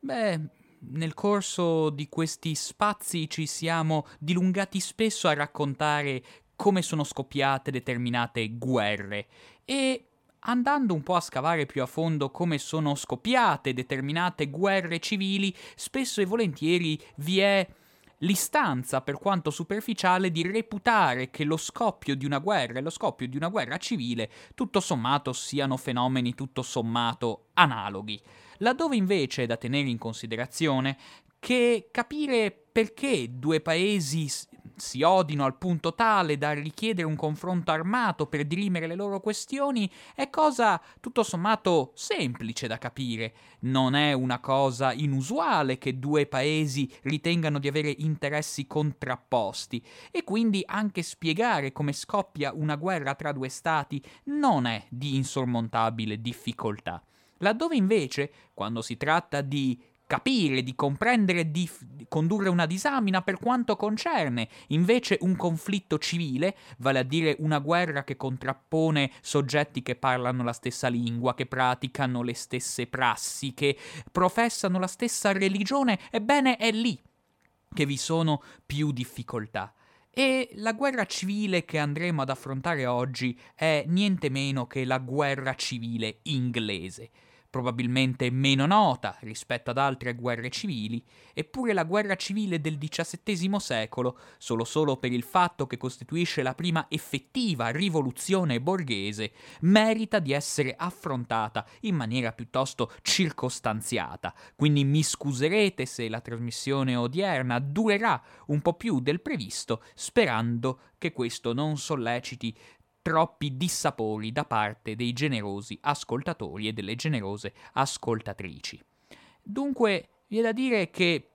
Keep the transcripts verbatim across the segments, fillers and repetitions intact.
Beh, nel corso di questi spazi ci siamo dilungati spesso a raccontare come sono scoppiate determinate guerre e andando un po' a scavare più a fondo come sono scoppiate determinate guerre civili, spesso e volentieri vi è l'istanza, per quanto superficiale, di reputare che lo scoppio di una guerra e lo scoppio di una guerra civile tutto sommato siano fenomeni tutto sommato analoghi, laddove invece è da tenere in considerazione che capire perché due paesi s- si odino al punto tale da richiedere un confronto armato per dirimere le loro questioni è cosa tutto sommato semplice da capire. Non è una cosa inusuale che due paesi ritengano di avere interessi contrapposti e quindi anche spiegare come scoppia una guerra tra due stati non è di insormontabile difficoltà. Laddove invece, quando si tratta di capire, di comprendere, di, f- di condurre una disamina per quanto concerne invece un conflitto civile, vale a dire una guerra che contrappone soggetti che parlano la stessa lingua, che praticano le stesse prassi, che professano la stessa religione, ebbene è lì che vi sono più difficoltà. E la guerra civile che andremo ad affrontare oggi è niente meno che la guerra civile inglese, probabilmente meno nota rispetto ad altre guerre civili, eppure la guerra civile del diciassettesimo secolo, solo solo per il fatto che costituisce la prima effettiva rivoluzione borghese, merita di essere affrontata in maniera piuttosto circostanziata. Quindi mi scuserete se la trasmissione odierna durerà un po' più del previsto, sperando che questo non solleciti troppi dissapori da parte dei generosi ascoltatori e delle generose ascoltatrici. Dunque, vi è da dire che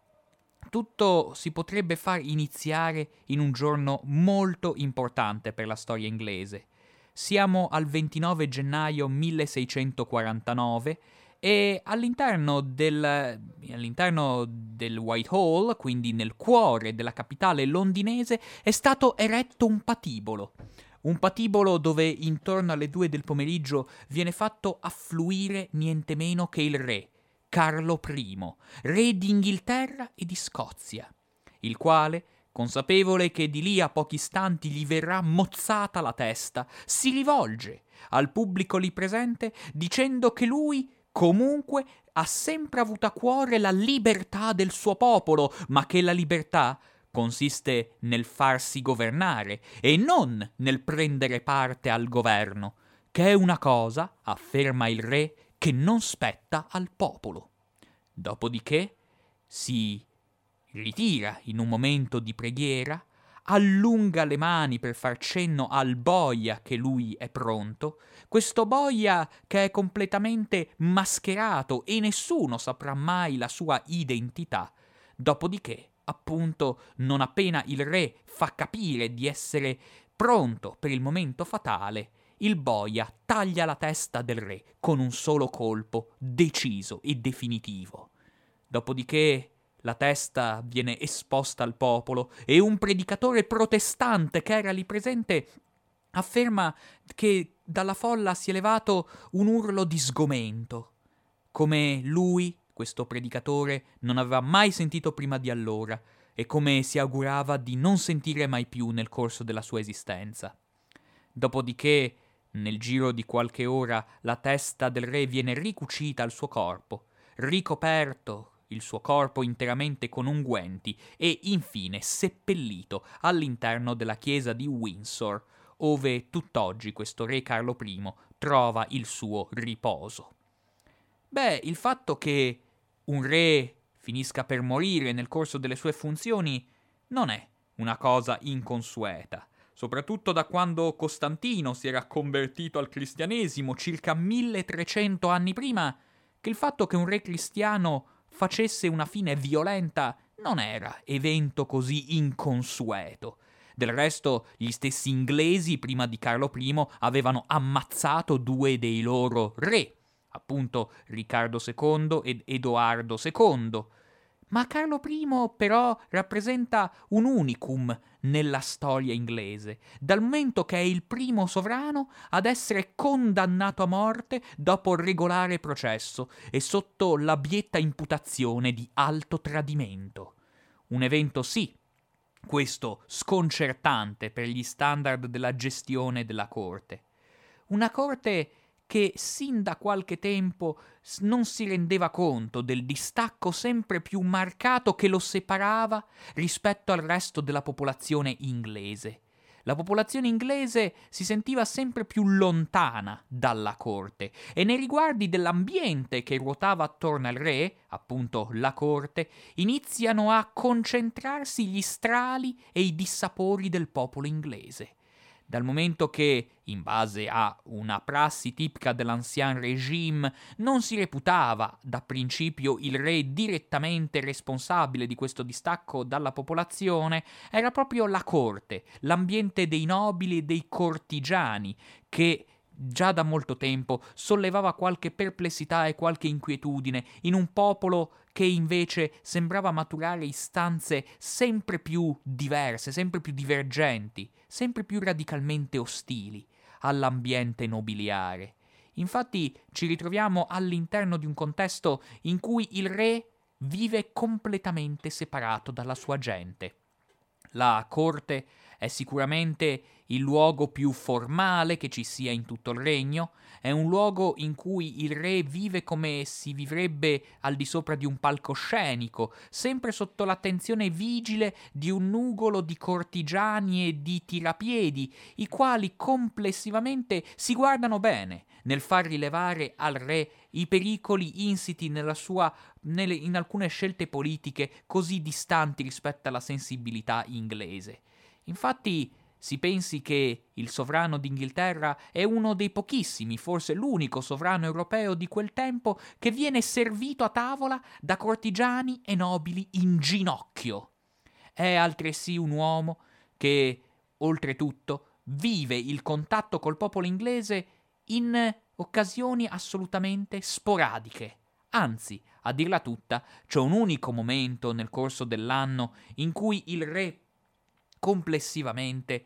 tutto si potrebbe far iniziare in un giorno molto importante per la storia inglese. Siamo al ventinove gennaio milleseicentoquarantanove e all'interno del, all'interno del Whitehall, quindi nel cuore della capitale londinese, è stato eretto un patibolo. Un patibolo dove intorno alle due del pomeriggio viene fatto affluire niente meno che il re, Carlo primo, re d'Inghilterra e di Scozia, il quale, consapevole che di lì a pochi istanti gli verrà mozzata la testa, si rivolge al pubblico lì presente dicendo che lui comunque ha sempre avuto a cuore la libertà del suo popolo, ma che la libertà consiste nel farsi governare e non nel prendere parte al governo, che è una cosa, afferma il re, che non spetta al popolo. Dopodiché si ritira in un momento di preghiera, allunga le mani per far cenno al boia che lui è pronto, questo boia che è completamente mascherato e nessuno saprà mai la sua identità. Dopodiché, appunto, non appena il re fa capire di essere pronto per il momento fatale, il boia taglia la testa del re con un solo colpo deciso e definitivo. Dopodiché la testa viene esposta al popolo e un predicatore protestante che era lì presente afferma che dalla folla si è levato un urlo di sgomento, come lui, questo predicatore, non aveva mai sentito prima di allora e come si augurava di non sentire mai più nel corso della sua esistenza. Dopodiché, nel giro di qualche ora, la testa del re viene ricucita al suo corpo, ricoperto il suo corpo interamente con unguenti e infine seppellito all'interno della chiesa di Windsor, ove tutt'oggi questo re Carlo primo trova il suo riposo. Beh, il fatto che un re finisca per morire nel corso delle sue funzioni non è una cosa inconsueta, soprattutto da quando Costantino si era convertito al cristianesimo circa milletrecento anni prima, che il fatto che un re cristiano facesse una fine violenta non era evento così inconsueto. Del resto, gli stessi inglesi, prima di Carlo primo, avevano ammazzato due dei loro re, appunto Riccardo secondo ed Edoardo secondo. Ma Carlo primo però rappresenta un unicum nella storia inglese, dal momento che è il primo sovrano ad essere condannato a morte dopo regolare processo e sotto l'abietta imputazione di alto tradimento. Un evento sì, questo sconcertante per gli standard della gestione della corte. Una corte che sin da qualche tempo non si rendeva conto del distacco sempre più marcato che lo separava rispetto al resto della popolazione inglese. La popolazione inglese si sentiva sempre più lontana dalla corte e nei riguardi dell'ambiente che ruotava attorno al re, appunto la corte, iniziano a concentrarsi gli strali e i dissapori del popolo inglese. Dal momento che, in base a una prassi tipica dell'ancien régime, non si reputava da principio il re direttamente responsabile di questo distacco dalla popolazione, era proprio la corte, l'ambiente dei nobili e dei cortigiani, che già da molto tempo sollevava qualche perplessità e qualche inquietudine in un popolo che invece sembrava maturare istanze sempre più diverse, sempre più divergenti, sempre più radicalmente ostili all'ambiente nobiliare. Infatti ci ritroviamo all'interno di un contesto in cui il re vive completamente separato dalla sua gente. La corte è sicuramente il luogo più formale che ci sia in tutto il regno, è un luogo in cui il re vive come si vivrebbe al di sopra di un palcoscenico, sempre sotto l'attenzione vigile di un nugolo di cortigiani e di tirapiedi, i quali complessivamente si guardano bene nel far rilevare al re i pericoli insiti nella sua, nelle, in alcune scelte politiche così distanti rispetto alla sensibilità inglese. Infatti si pensi che il sovrano d'Inghilterra è uno dei pochissimi, forse l'unico sovrano europeo di quel tempo che viene servito a tavola da cortigiani e nobili in ginocchio. È altresì un uomo che, oltretutto, vive il contatto col popolo inglese in occasioni assolutamente sporadiche. Anzi, a dirla tutta, c'è un unico momento nel corso dell'anno in cui il re complessivamente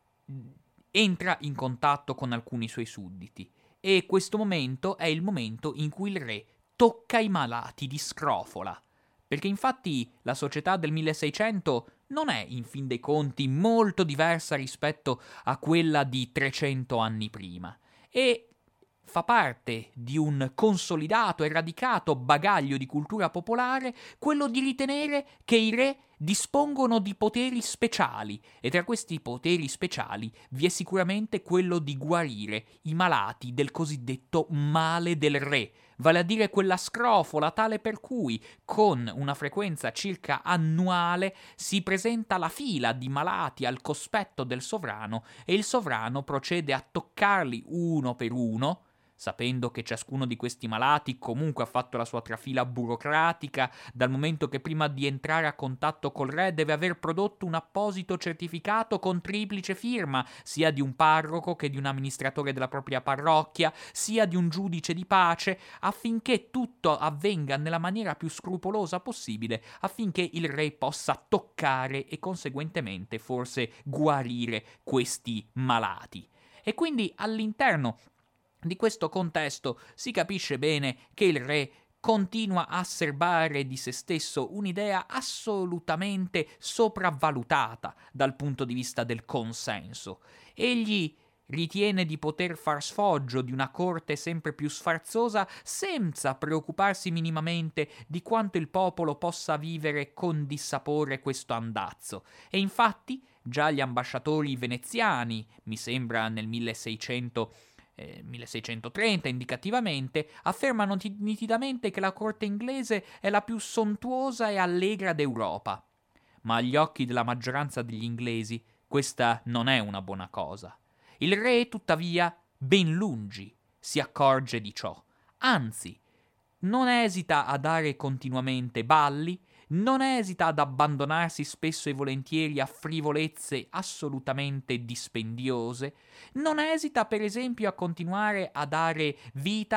entra in contatto con alcuni suoi sudditi, e questo momento è il momento in cui il re tocca i malati di scrofola, perché infatti la società del milleseicento non è in fin dei conti molto diversa rispetto a quella di trecento anni prima, e fa parte di un consolidato e radicato bagaglio di cultura popolare quello di ritenere che i re dispongono di poteri speciali, e tra questi poteri speciali vi è sicuramente quello di guarire i malati del cosiddetto male del re, vale a dire quella scrofola tale per cui con una frequenza circa annuale si presenta la fila di malati al cospetto del sovrano e il sovrano procede a toccarli uno per uno, sapendo che ciascuno di questi malati comunque ha fatto la sua trafila burocratica, dal momento che prima di entrare a contatto col re deve aver prodotto un apposito certificato con triplice firma, sia di un parroco che di un amministratore della propria parrocchia, sia di un giudice di pace, affinché tutto avvenga nella maniera più scrupolosa possibile, affinché il re possa toccare e conseguentemente forse guarire questi malati. E quindi all'interno di questo contesto si capisce bene che il re continua a serbare di se stesso un'idea assolutamente sopravvalutata dal punto di vista del consenso. Egli ritiene di poter far sfoggio di una corte sempre più sfarzosa senza preoccuparsi minimamente di quanto il popolo possa vivere con dissapore questo andazzo, e infatti già gli ambasciatori veneziani, mi sembra nel milleseicento Eh, milleseicentotrenta indicativamente, affermano t- nitidamente che la corte inglese è la più sontuosa e allegra d'Europa. Ma agli occhi della maggioranza degli inglesi questa non è una buona cosa. Il re, tuttavia, ben lungi si accorge di ciò. Anzi, non esita a dare continuamente balli, non esita ad abbandonarsi spesso e volentieri a frivolezze assolutamente dispendiose, non esita per esempio a continuare a dare vita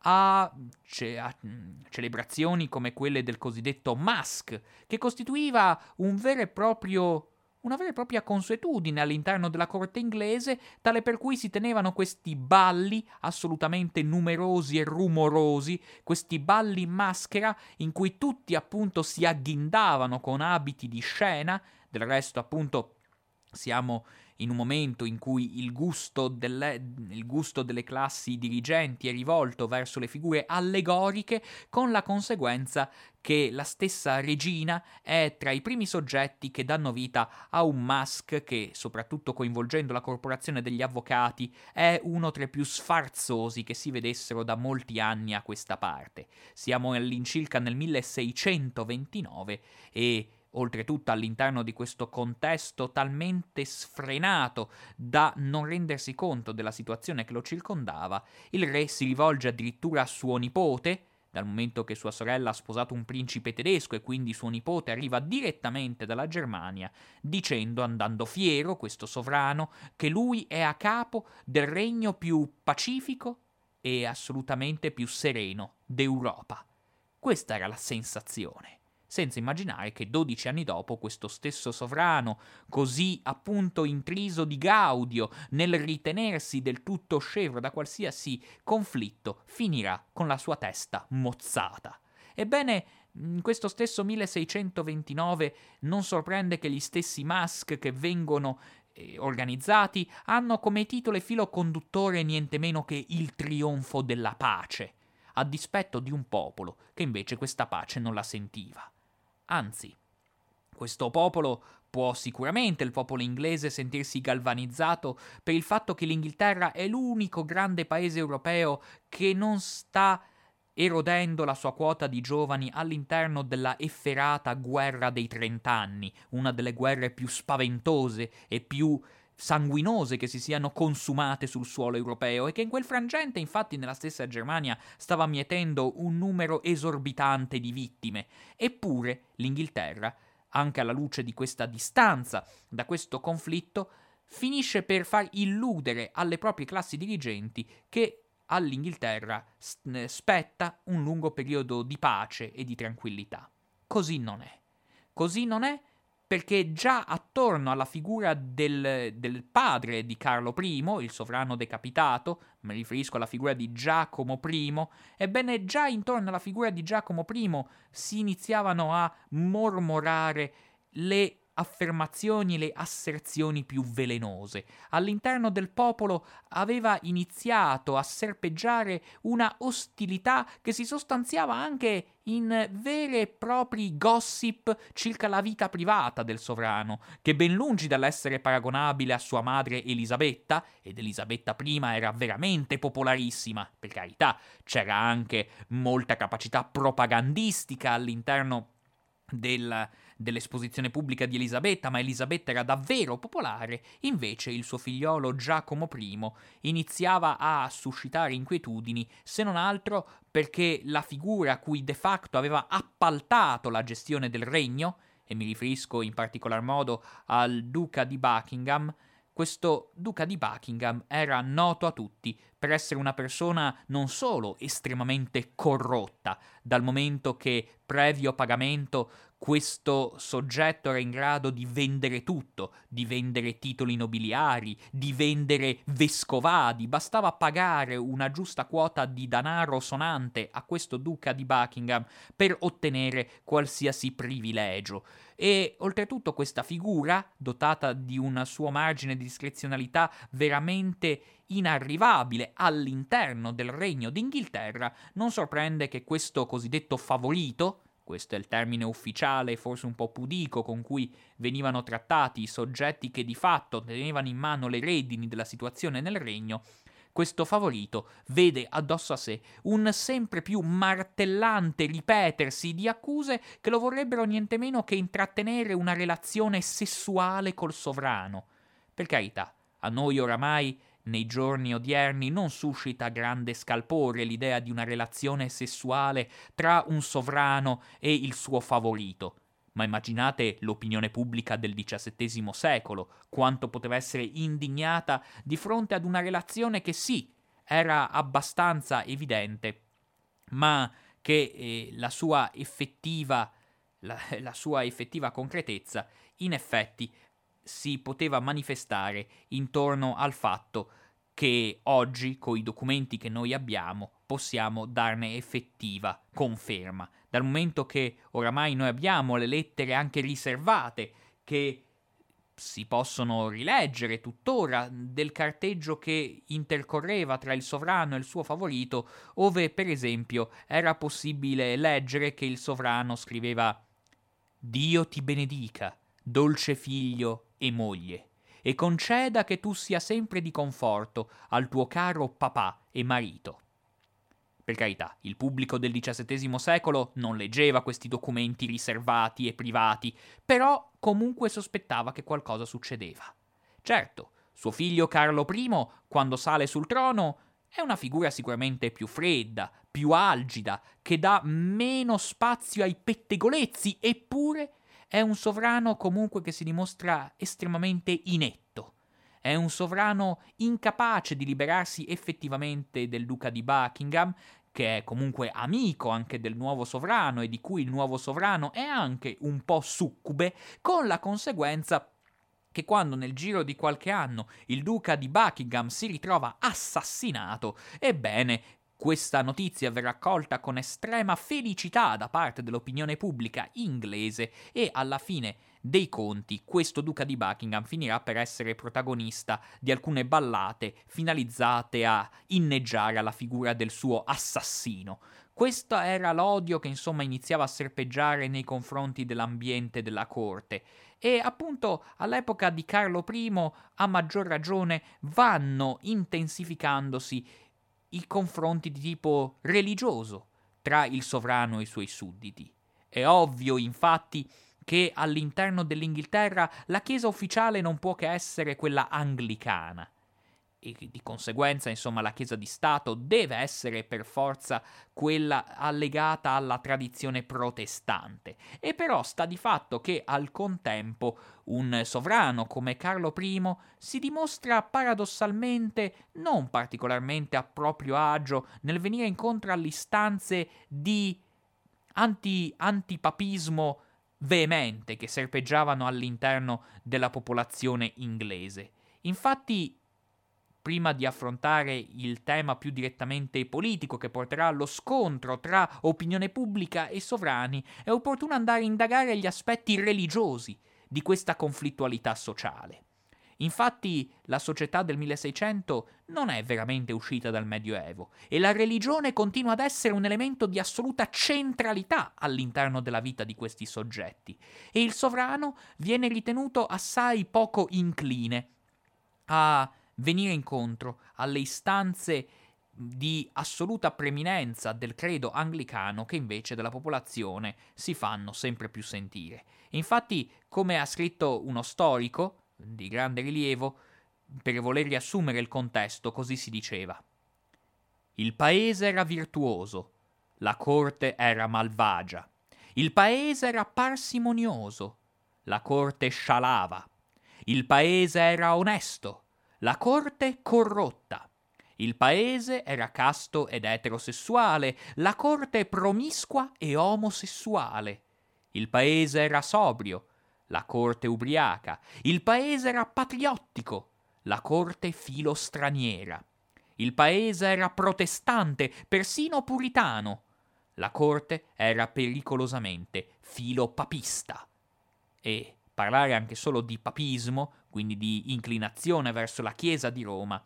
a, ce- a mm, celebrazioni come quelle del cosiddetto Mask, che costituiva un vero e proprio una vera e propria consuetudine all'interno della corte inglese, tale per cui si tenevano questi balli assolutamente numerosi e rumorosi, questi balli in maschera in cui tutti appunto si agghindavano con abiti di scena. Del resto appunto siamo in un momento in cui il gusto, delle, il gusto delle classi dirigenti è rivolto verso le figure allegoriche, con la conseguenza che la stessa regina è tra i primi soggetti che danno vita a un mask che, soprattutto coinvolgendo la corporazione degli avvocati, è uno tra i più sfarzosi che si vedessero da molti anni a questa parte. Siamo all'incirca nel milleseicentoventinove e oltretutto all'interno di questo contesto talmente sfrenato da non rendersi conto della situazione che lo circondava, il re si rivolge addirittura a suo nipote, dal momento che sua sorella ha sposato un principe tedesco e quindi suo nipote arriva direttamente dalla Germania, dicendo, andando fiero, questo sovrano, che lui è a capo del regno più pacifico e assolutamente più sereno d'Europa. Questa era la sensazione, senza immaginare che dodici anni dopo questo stesso sovrano, così appunto intriso di gaudio nel ritenersi del tutto scevro da qualsiasi conflitto, finirà con la sua testa mozzata. Ebbene, in questo stesso milleseicentoventinove non sorprende che gli stessi Mask che vengono eh, organizzati hanno come titolo e filo conduttore niente meno che il trionfo della pace, a dispetto di un popolo che invece questa pace non la sentiva. Anzi, questo popolo può sicuramente, il popolo inglese, sentirsi galvanizzato per il fatto che l'Inghilterra è l'unico grande paese europeo che non sta erodendo la sua quota di giovani all'interno della efferata guerra dei trent'anni, una delle guerre più spaventose e più sanguinose che si siano consumate sul suolo europeo, e che in quel frangente infatti nella stessa Germania stava mietendo un numero esorbitante di vittime. Eppure l'Inghilterra, anche alla luce di questa distanza da questo conflitto, finisce per far illudere alle proprie classi dirigenti che all'Inghilterra spetta un lungo periodo di pace e di tranquillità. Così non è. Così non è perché già attorno alla figura del, del padre di Carlo primo, il sovrano decapitato, mi riferisco alla figura di Giacomo primo, ebbene già intorno alla figura di Giacomo primo si iniziavano a mormorare le affermazioni, le asserzioni più velenose. All'interno del popolo aveva iniziato a serpeggiare una ostilità che si sostanziava anche in veri e propri gossip circa la vita privata del sovrano, che ben lungi dall'essere paragonabile a sua madre Elisabetta, ed Elisabetta prima era veramente popolarissima, per carità, c'era anche molta capacità propagandistica all'interno del, dell'esposizione pubblica di Elisabetta, ma Elisabetta era davvero popolare. Invece il suo figliolo Giacomo primo iniziava a suscitare inquietudini, se non altro perché la figura a cui de facto aveva appaltato la gestione del regno, e mi riferisco in particolar modo al duca di Buckingham, questo duca di Buckingham era noto a tutti per essere una persona non solo estremamente corrotta, dal momento che, previo pagamento, questo soggetto era in grado di vendere tutto, di vendere titoli nobiliari, di vendere vescovadi, bastava pagare una giusta quota di denaro sonante a questo duca di Buckingham per ottenere qualsiasi privilegio. E oltretutto questa figura, dotata di un suo margine di discrezionalità veramente inarrivabile all'interno del regno d'Inghilterra, non sorprende che questo cosiddetto favorito, questo è il termine ufficiale, forse un po' pudico, con cui venivano trattati i soggetti che di fatto tenevano in mano le redini della situazione nel regno, questo favorito vede addosso a sé un sempre più martellante ripetersi di accuse che lo vorrebbero niente meno che intrattenere una relazione sessuale col sovrano. Per carità, a noi oramai nei giorni odierni non suscita grande scalpore l'idea di una relazione sessuale tra un sovrano e il suo favorito. Ma immaginate l'opinione pubblica del diciassettesimo secolo, quanto poteva essere indignata di fronte ad una relazione che sì, era abbastanza evidente, ma che eh, la sua effettiva la, la sua effettiva concretezza in effetti si poteva manifestare intorno al fatto che oggi, con i documenti che noi abbiamo, possiamo darne effettiva conferma, dal momento che oramai noi abbiamo le lettere anche riservate che si possono rileggere tuttora del carteggio che intercorreva tra il sovrano e il suo favorito, ove per esempio era possibile leggere che il sovrano scriveva: Dio ti benedica, dolce figlio e moglie, e conceda che tu sia sempre di conforto al tuo caro papà e marito. Per carità, il pubblico del diciassettesimo secolo non leggeva questi documenti riservati e privati, però comunque sospettava che qualcosa succedeva. Certo, suo figlio Carlo I, quando sale sul trono, è una figura sicuramente più fredda, più algida, che dà meno spazio ai pettegolezzi, eppure è un sovrano comunque che si dimostra estremamente inetto. È un sovrano incapace di liberarsi effettivamente del duca di Buckingham, che è comunque amico anche del nuovo sovrano e di cui il nuovo sovrano è anche un po' succube, con la conseguenza che quando nel giro di qualche anno il duca di Buckingham si ritrova assassinato, ebbene, questa notizia verrà accolta con estrema felicità da parte dell'opinione pubblica inglese e alla fine dei conti questo duca di Buckingham finirà per essere protagonista di alcune ballate finalizzate a inneggiare alla figura del suo assassino. Questo era l'odio che insomma iniziava a serpeggiare nei confronti dell'ambiente della corte e appunto all'epoca di Carlo I a maggior ragione vanno intensificandosi i confronti di tipo religioso tra il sovrano e i suoi sudditi. È ovvio infatti che all'interno dell'Inghilterra la chiesa ufficiale non può che essere quella anglicana e di conseguenza insomma la chiesa di Stato deve essere per forza quella allegata alla tradizione protestante e però sta di fatto che al contempo un sovrano come Carlo I si dimostra paradossalmente non particolarmente a proprio agio nel venire incontro alle istanze di anti- antipapismo veemente che serpeggiavano all'interno della popolazione inglese. Infatti, prima di affrontare il tema più direttamente politico che porterà allo scontro tra opinione pubblica e sovrani, è opportuno andare a indagare gli aspetti religiosi di questa conflittualità sociale. Infatti la società del milleseicento non è veramente uscita dal Medioevo e la religione continua ad essere un elemento di assoluta centralità all'interno della vita di questi soggetti e il sovrano viene ritenuto assai poco incline a venire incontro alle istanze di assoluta preminenza del credo anglicano che invece della popolazione si fanno sempre più sentire. Infatti, come ha scritto uno storico di grande rilievo, per voler riassumere il contesto, così si diceva: il paese era virtuoso, la corte era malvagia, il paese era parsimonioso, la corte scialava, il paese era onesto, la corte corrotta, il paese era casto ed eterosessuale, la corte promiscua e omosessuale, il paese era sobrio, la corte ubriaca, il paese era patriottico, la corte filostraniera, il paese era protestante, persino puritano, la corte era pericolosamente filopapista. E parlare anche solo di papismo, quindi di inclinazione verso la Chiesa di Roma,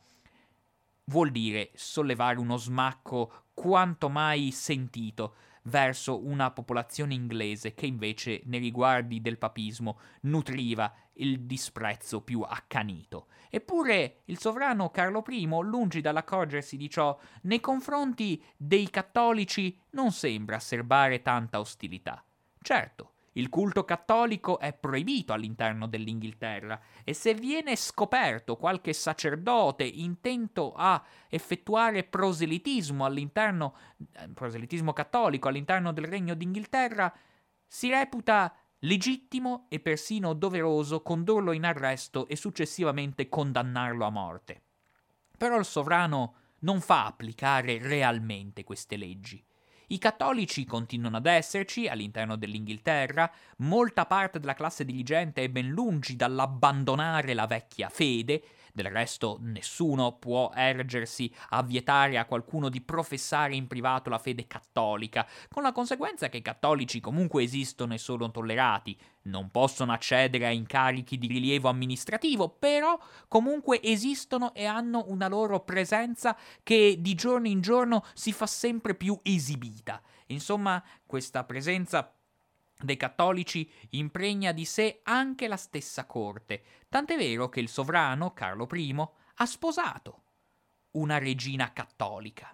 vuol dire sollevare uno smacco quanto mai sentito verso una popolazione inglese che invece nei riguardi del papismo nutriva il disprezzo più accanito. Eppure il sovrano Carlo I, lungi dall'accorgersi di ciò, nei confronti dei cattolici non sembra serbare tanta ostilità. Certo, il culto cattolico è proibito all'interno dell'Inghilterra e se viene scoperto qualche sacerdote intento a effettuare proselitismo all'interno eh, proselitismo cattolico all'interno del Regno d'Inghilterra, si reputa legittimo e persino doveroso condurlo in arresto e successivamente condannarlo a morte. Però il sovrano non fa applicare realmente queste leggi. I cattolici continuano ad esserci all'interno dell'Inghilterra, molta parte della classe dirigente è ben lungi dall'abbandonare la vecchia fede. Del resto nessuno può ergersi a vietare a qualcuno di professare in privato la fede cattolica, con la conseguenza che i cattolici comunque esistono e sono tollerati, non possono accedere a incarichi di rilievo amministrativo, però comunque esistono e hanno una loro presenza che di giorno in giorno si fa sempre più esibita. Insomma, questa presenza dei cattolici impregna di sé anche la stessa corte, tant'è vero che il sovrano, Carlo primo, ha sposato una regina cattolica.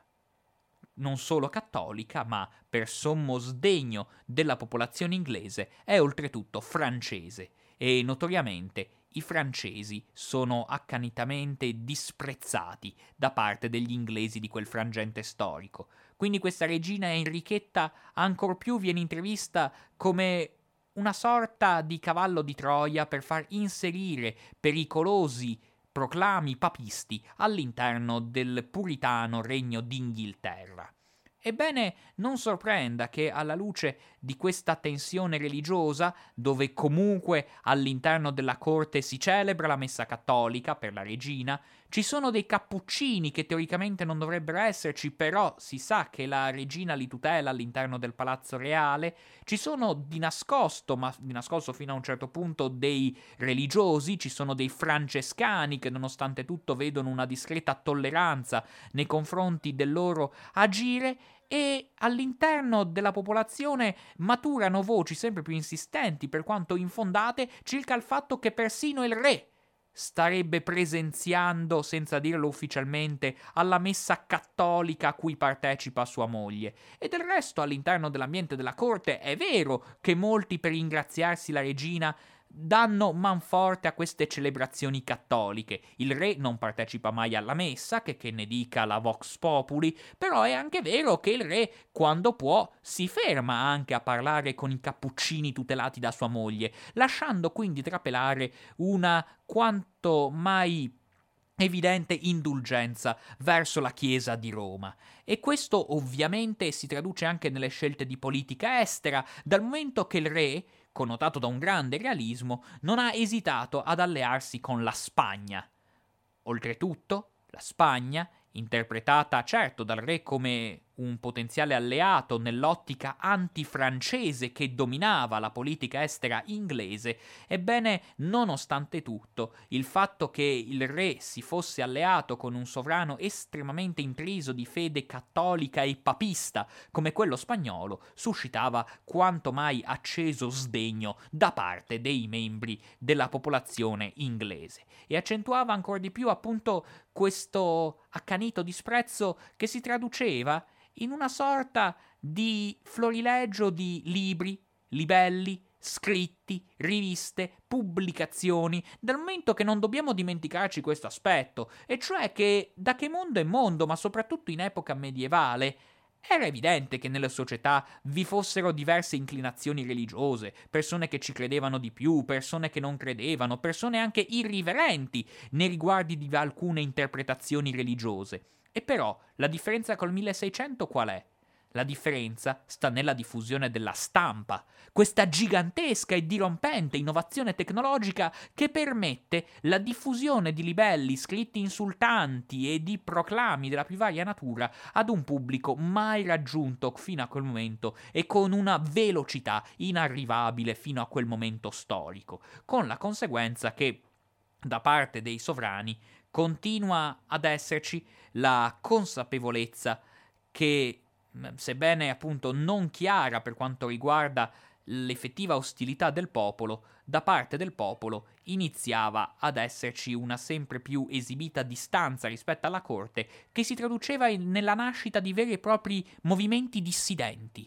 Non solo cattolica, ma per sommo sdegno della popolazione inglese è oltretutto francese e notoriamente i francesi sono accanitamente disprezzati da parte degli inglesi di quel frangente storico. Quindi questa regina Enrichetta ancor più viene intervista come una sorta di cavallo di Troia per far inserire pericolosi proclami papisti all'interno del puritano regno d'Inghilterra. Ebbene, non sorprenda che alla luce di questa tensione religiosa, dove comunque all'interno della corte si celebra la messa cattolica per la regina, ci sono dei cappuccini che teoricamente non dovrebbero esserci, però si sa che la regina li tutela all'interno del palazzo reale, ci sono di nascosto, ma di nascosto fino a un certo punto, dei religiosi, ci sono dei francescani che nonostante tutto vedono una discreta tolleranza nei confronti del loro agire, e all'interno della popolazione maturano voci sempre più insistenti, per quanto infondate, circa il fatto che persino il re starebbe presenziando, senza dirlo ufficialmente, alla messa cattolica a cui partecipa sua moglie. E del resto all'interno dell'ambiente della corte è vero che molti, per ringraziarsi la regina, danno manforte a queste celebrazioni cattoliche. Il re non partecipa mai alla messa, che, che ne dica la Vox Populi, però è anche vero che il re, quando può, si ferma anche a parlare con i cappuccini tutelati da sua moglie, lasciando quindi trapelare una quanto mai evidente indulgenza verso la Chiesa di Roma. E questo ovviamente si traduce anche nelle scelte di politica estera, dal momento che il re, connotato da un grande realismo, non ha esitato ad allearsi con la Spagna. Oltretutto, la Spagna, interpretata certo dal re come un potenziale alleato nell'ottica antifrancese che dominava la politica estera inglese, ebbene, nonostante tutto, il fatto che il re si fosse alleato con un sovrano estremamente intriso di fede cattolica e papista come quello spagnolo suscitava quanto mai acceso sdegno da parte dei membri della popolazione inglese e accentuava ancora di più appunto questo accanito disprezzo che si traduceva in una sorta di florilegio di libri, libelli, scritti, riviste, pubblicazioni, dal momento che non dobbiamo dimenticarci questo aspetto, e cioè che da che mondo è mondo, ma soprattutto in epoca medievale, era evidente che nelle società vi fossero diverse inclinazioni religiose, persone che ci credevano di più, persone che non credevano, persone anche irriverenti nei riguardi di alcune interpretazioni religiose. E però la differenza col milleseicento qual è? La differenza sta nella diffusione della stampa, questa gigantesca e dirompente innovazione tecnologica che permette la diffusione di libelli, scritti insultanti e di proclami della più varia natura ad un pubblico mai raggiunto fino a quel momento e con una velocità inarrivabile fino a quel momento storico, con la conseguenza che da parte dei sovrani continua ad esserci la consapevolezza che, sebbene appunto non chiara per quanto riguarda l'effettiva ostilità del popolo, da parte del popolo iniziava ad esserci una sempre più esibita distanza rispetto alla corte, che si traduceva in, nella nascita di veri e propri movimenti dissidenti,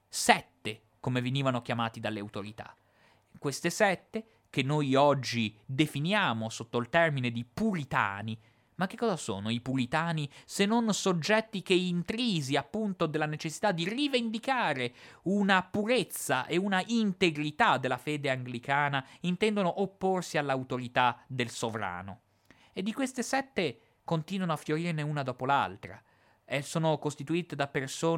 sette, come venivano chiamati dalle autorità. Queste sette, che noi oggi definiamo sotto il termine di puritani, ma che cosa sono i puritani se non soggetti che, intrisi appunto della necessità di rivendicare una purezza e una integrità della fede anglicana, intendono opporsi all'autorità del sovrano? E di queste sette continuano a fiorirne una dopo l'altra. E sono costituite da persone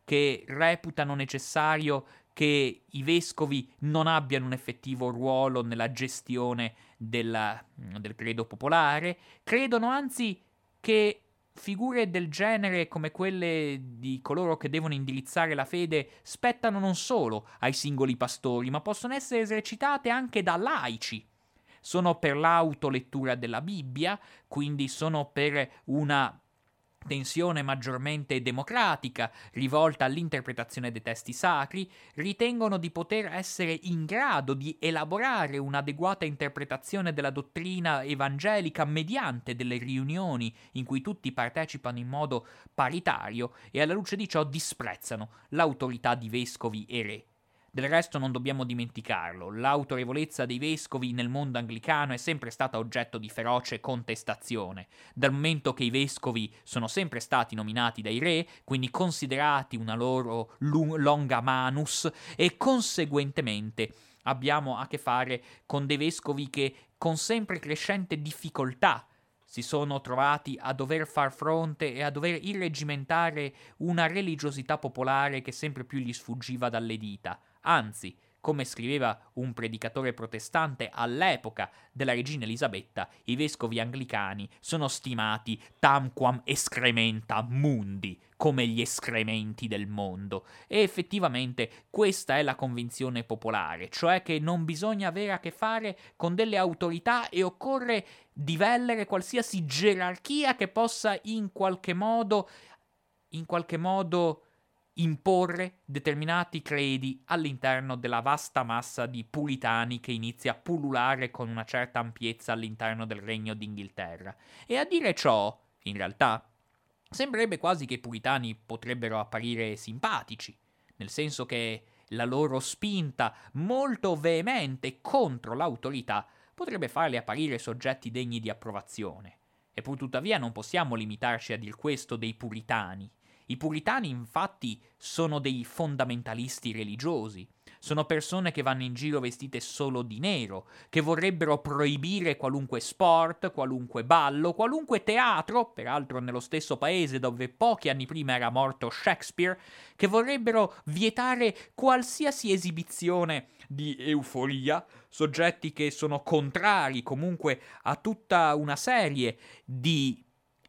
che reputano necessario che i vescovi non abbiano un effettivo ruolo nella gestione della, del credo popolare, credono anzi che figure del genere come quelle di coloro che devono indirizzare la fede spettano non solo ai singoli pastori, ma possono essere esercitate anche da laici. Sono per l'autolettura della Bibbia, quindi sono per una tensione maggiormente democratica, rivolta all'interpretazione dei testi sacri, ritengono di poter essere in grado di elaborare un'adeguata interpretazione della dottrina evangelica mediante delle riunioni in cui tutti partecipano in modo paritario e alla luce di ciò disprezzano l'autorità di vescovi e re. Del resto non dobbiamo dimenticarlo, l'autorevolezza dei vescovi nel mondo anglicano è sempre stata oggetto di feroce contestazione, dal momento che i vescovi sono sempre stati nominati dai re, quindi considerati una loro longa manus, e conseguentemente abbiamo a che fare con dei vescovi che con sempre crescente difficoltà si sono trovati a dover far fronte e a dover irreggimentare una religiosità popolare che sempre più gli sfuggiva dalle dita. Anzi, come scriveva un predicatore protestante all'epoca della regina Elisabetta, i vescovi anglicani sono stimati tamquam excrementa mundi, come gli escrementi del mondo. E effettivamente questa è la convinzione popolare, cioè che non bisogna avere a che fare con delle autorità e occorre divellere qualsiasi gerarchia che possa in qualche modo, in qualche modo imporre determinati credi all'interno della vasta massa di puritani che inizia a pullulare con una certa ampiezza all'interno del Regno d'Inghilterra. E a dire ciò, in realtà, sembrerebbe quasi che i puritani potrebbero apparire simpatici, nel senso che la loro spinta molto veemente contro l'autorità potrebbe farli apparire soggetti degni di approvazione. E pur tuttavia non possiamo limitarci a dir questo dei puritani. I puritani infatti sono dei fondamentalisti religiosi, sono persone che vanno in giro vestite solo di nero, che vorrebbero proibire qualunque sport, qualunque ballo, qualunque teatro, peraltro nello stesso paese dove pochi anni prima era morto Shakespeare, che vorrebbero vietare qualsiasi esibizione di euforia, soggetti che sono contrari comunque a tutta una serie di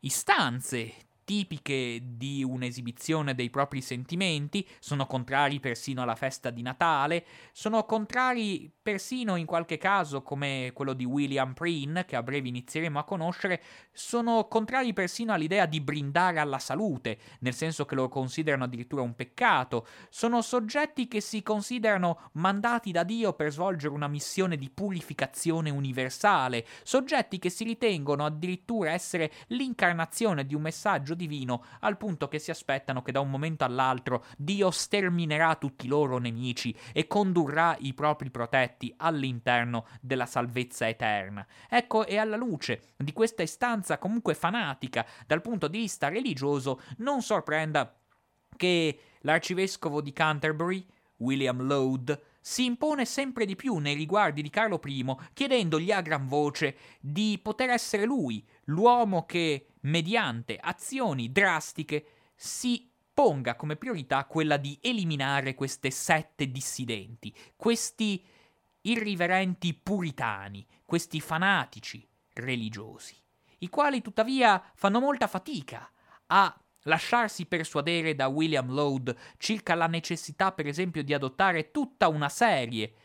istanze tipiche di un'esibizione dei propri sentimenti, sono contrari persino alla festa di Natale, sono contrari persino in qualche caso, come quello di William Preen, che a breve inizieremo a conoscere, sono contrari persino all'idea di brindare alla salute, nel senso che lo considerano addirittura un peccato, sono soggetti che si considerano mandati da Dio per svolgere una missione di purificazione universale, soggetti che si ritengono addirittura essere l'incarnazione di un messaggio divino, al punto che si aspettano che da un momento all'altro Dio sterminerà tutti i loro nemici e condurrà i propri protetti all'interno della salvezza eterna. Ecco, e alla luce di questa istanza comunque fanatica dal punto di vista religioso, non sorprenda che l'arcivescovo di Canterbury, William Laud, si impone sempre di più nei riguardi di Carlo I, chiedendogli a gran voce di poter essere lui, l'uomo che, mediante azioni drastiche, si ponga come priorità quella di eliminare queste sette dissidenti, questi irriverenti puritani, questi fanatici religiosi, i quali tuttavia fanno molta fatica a lasciarsi persuadere da William Laud circa la necessità, per esempio, di adottare tutta una serie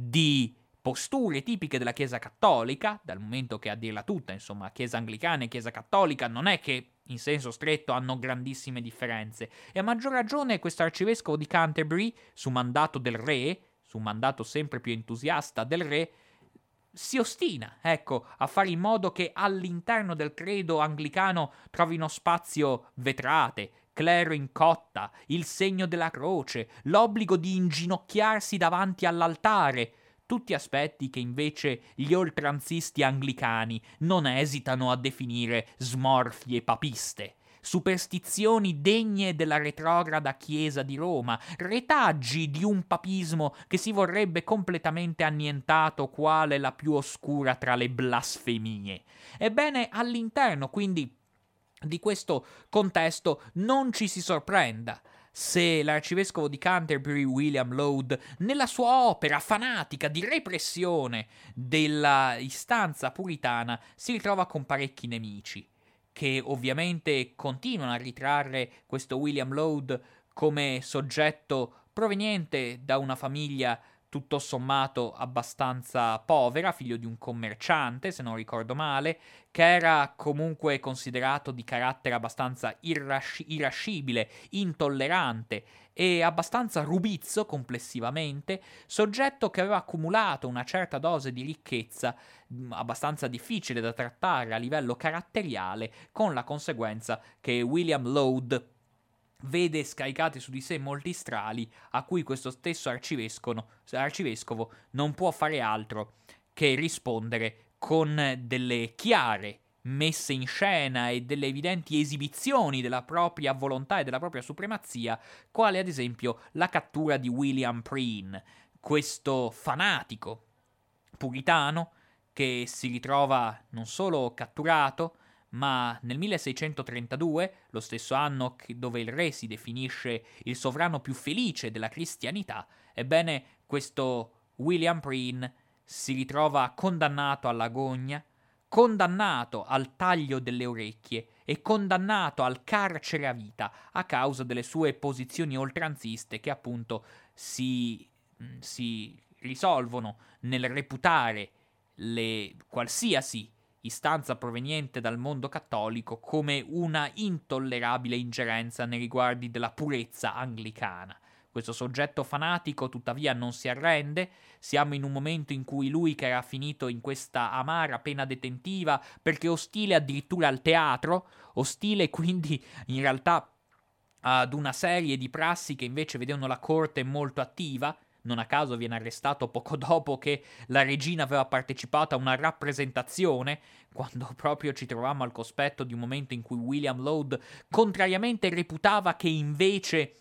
di posture tipiche della Chiesa cattolica, dal momento che, a dirla tutta, insomma, Chiesa anglicana e Chiesa cattolica non è che in senso stretto hanno grandissime differenze, e a maggior ragione questo arcivescovo di Canterbury, su mandato del re, su mandato sempre più entusiasta del re, si ostina, ecco, a fare in modo che all'interno del credo anglicano trovino spazio vetrate, clero in cotta, il segno della croce, l'obbligo di inginocchiarsi davanti all'altare, tutti aspetti che invece gli oltranzisti anglicani non esitano a definire smorfie papiste. Superstizioni degne della retrograda Chiesa di Roma, retaggi di un papismo che si vorrebbe completamente annientato quale la più oscura tra le blasfemie. Ebbene, all'interno quindi di questo contesto non ci si sorprenda se l'arcivescovo di Canterbury William Laud, nella sua opera fanatica di repressione della istanza puritana, si ritrova con parecchi nemici, che ovviamente continuano a ritrarre questo William Laud come soggetto proveniente da una famiglia tutto sommato abbastanza povera, figlio di un commerciante, se non ricordo male, che era comunque considerato di carattere abbastanza irasci- irascibile, intollerante e abbastanza rubizzo complessivamente, soggetto che aveva accumulato una certa dose di ricchezza mh, abbastanza difficile da trattare a livello caratteriale, con la conseguenza che William Laud vede scaricati su di sé molti strali a cui questo stesso arcivescovo, arcivescovo non può fare altro che rispondere con delle chiare messe in scena e delle evidenti esibizioni della propria volontà e della propria supremazia, quale ad esempio la cattura di William Preen, questo fanatico puritano che si ritrova non solo catturato, ma nel milleseicentotrentadue, lo stesso anno dove il re si definisce il sovrano più felice della cristianità, ebbene questo William Preen si ritrova condannato all'agonia, condannato al taglio delle orecchie e condannato al carcere a vita a causa delle sue posizioni oltranziste che appunto si, si risolvono nel reputare le qualsiasi istanza proveniente dal mondo cattolico come una intollerabile ingerenza nei riguardi della purezza anglicana. Questo soggetto fanatico tuttavia non si arrende, siamo in un momento in cui lui, che era finito in questa amara pena detentiva perché ostile addirittura al teatro, ostile quindi in realtà ad una serie di prassi che invece vedevano la corte molto attiva. Non a caso viene arrestato poco dopo che la regina aveva partecipato a una rappresentazione, quando proprio ci trovammo al cospetto di un momento in cui William Laud contrariamente reputava che invece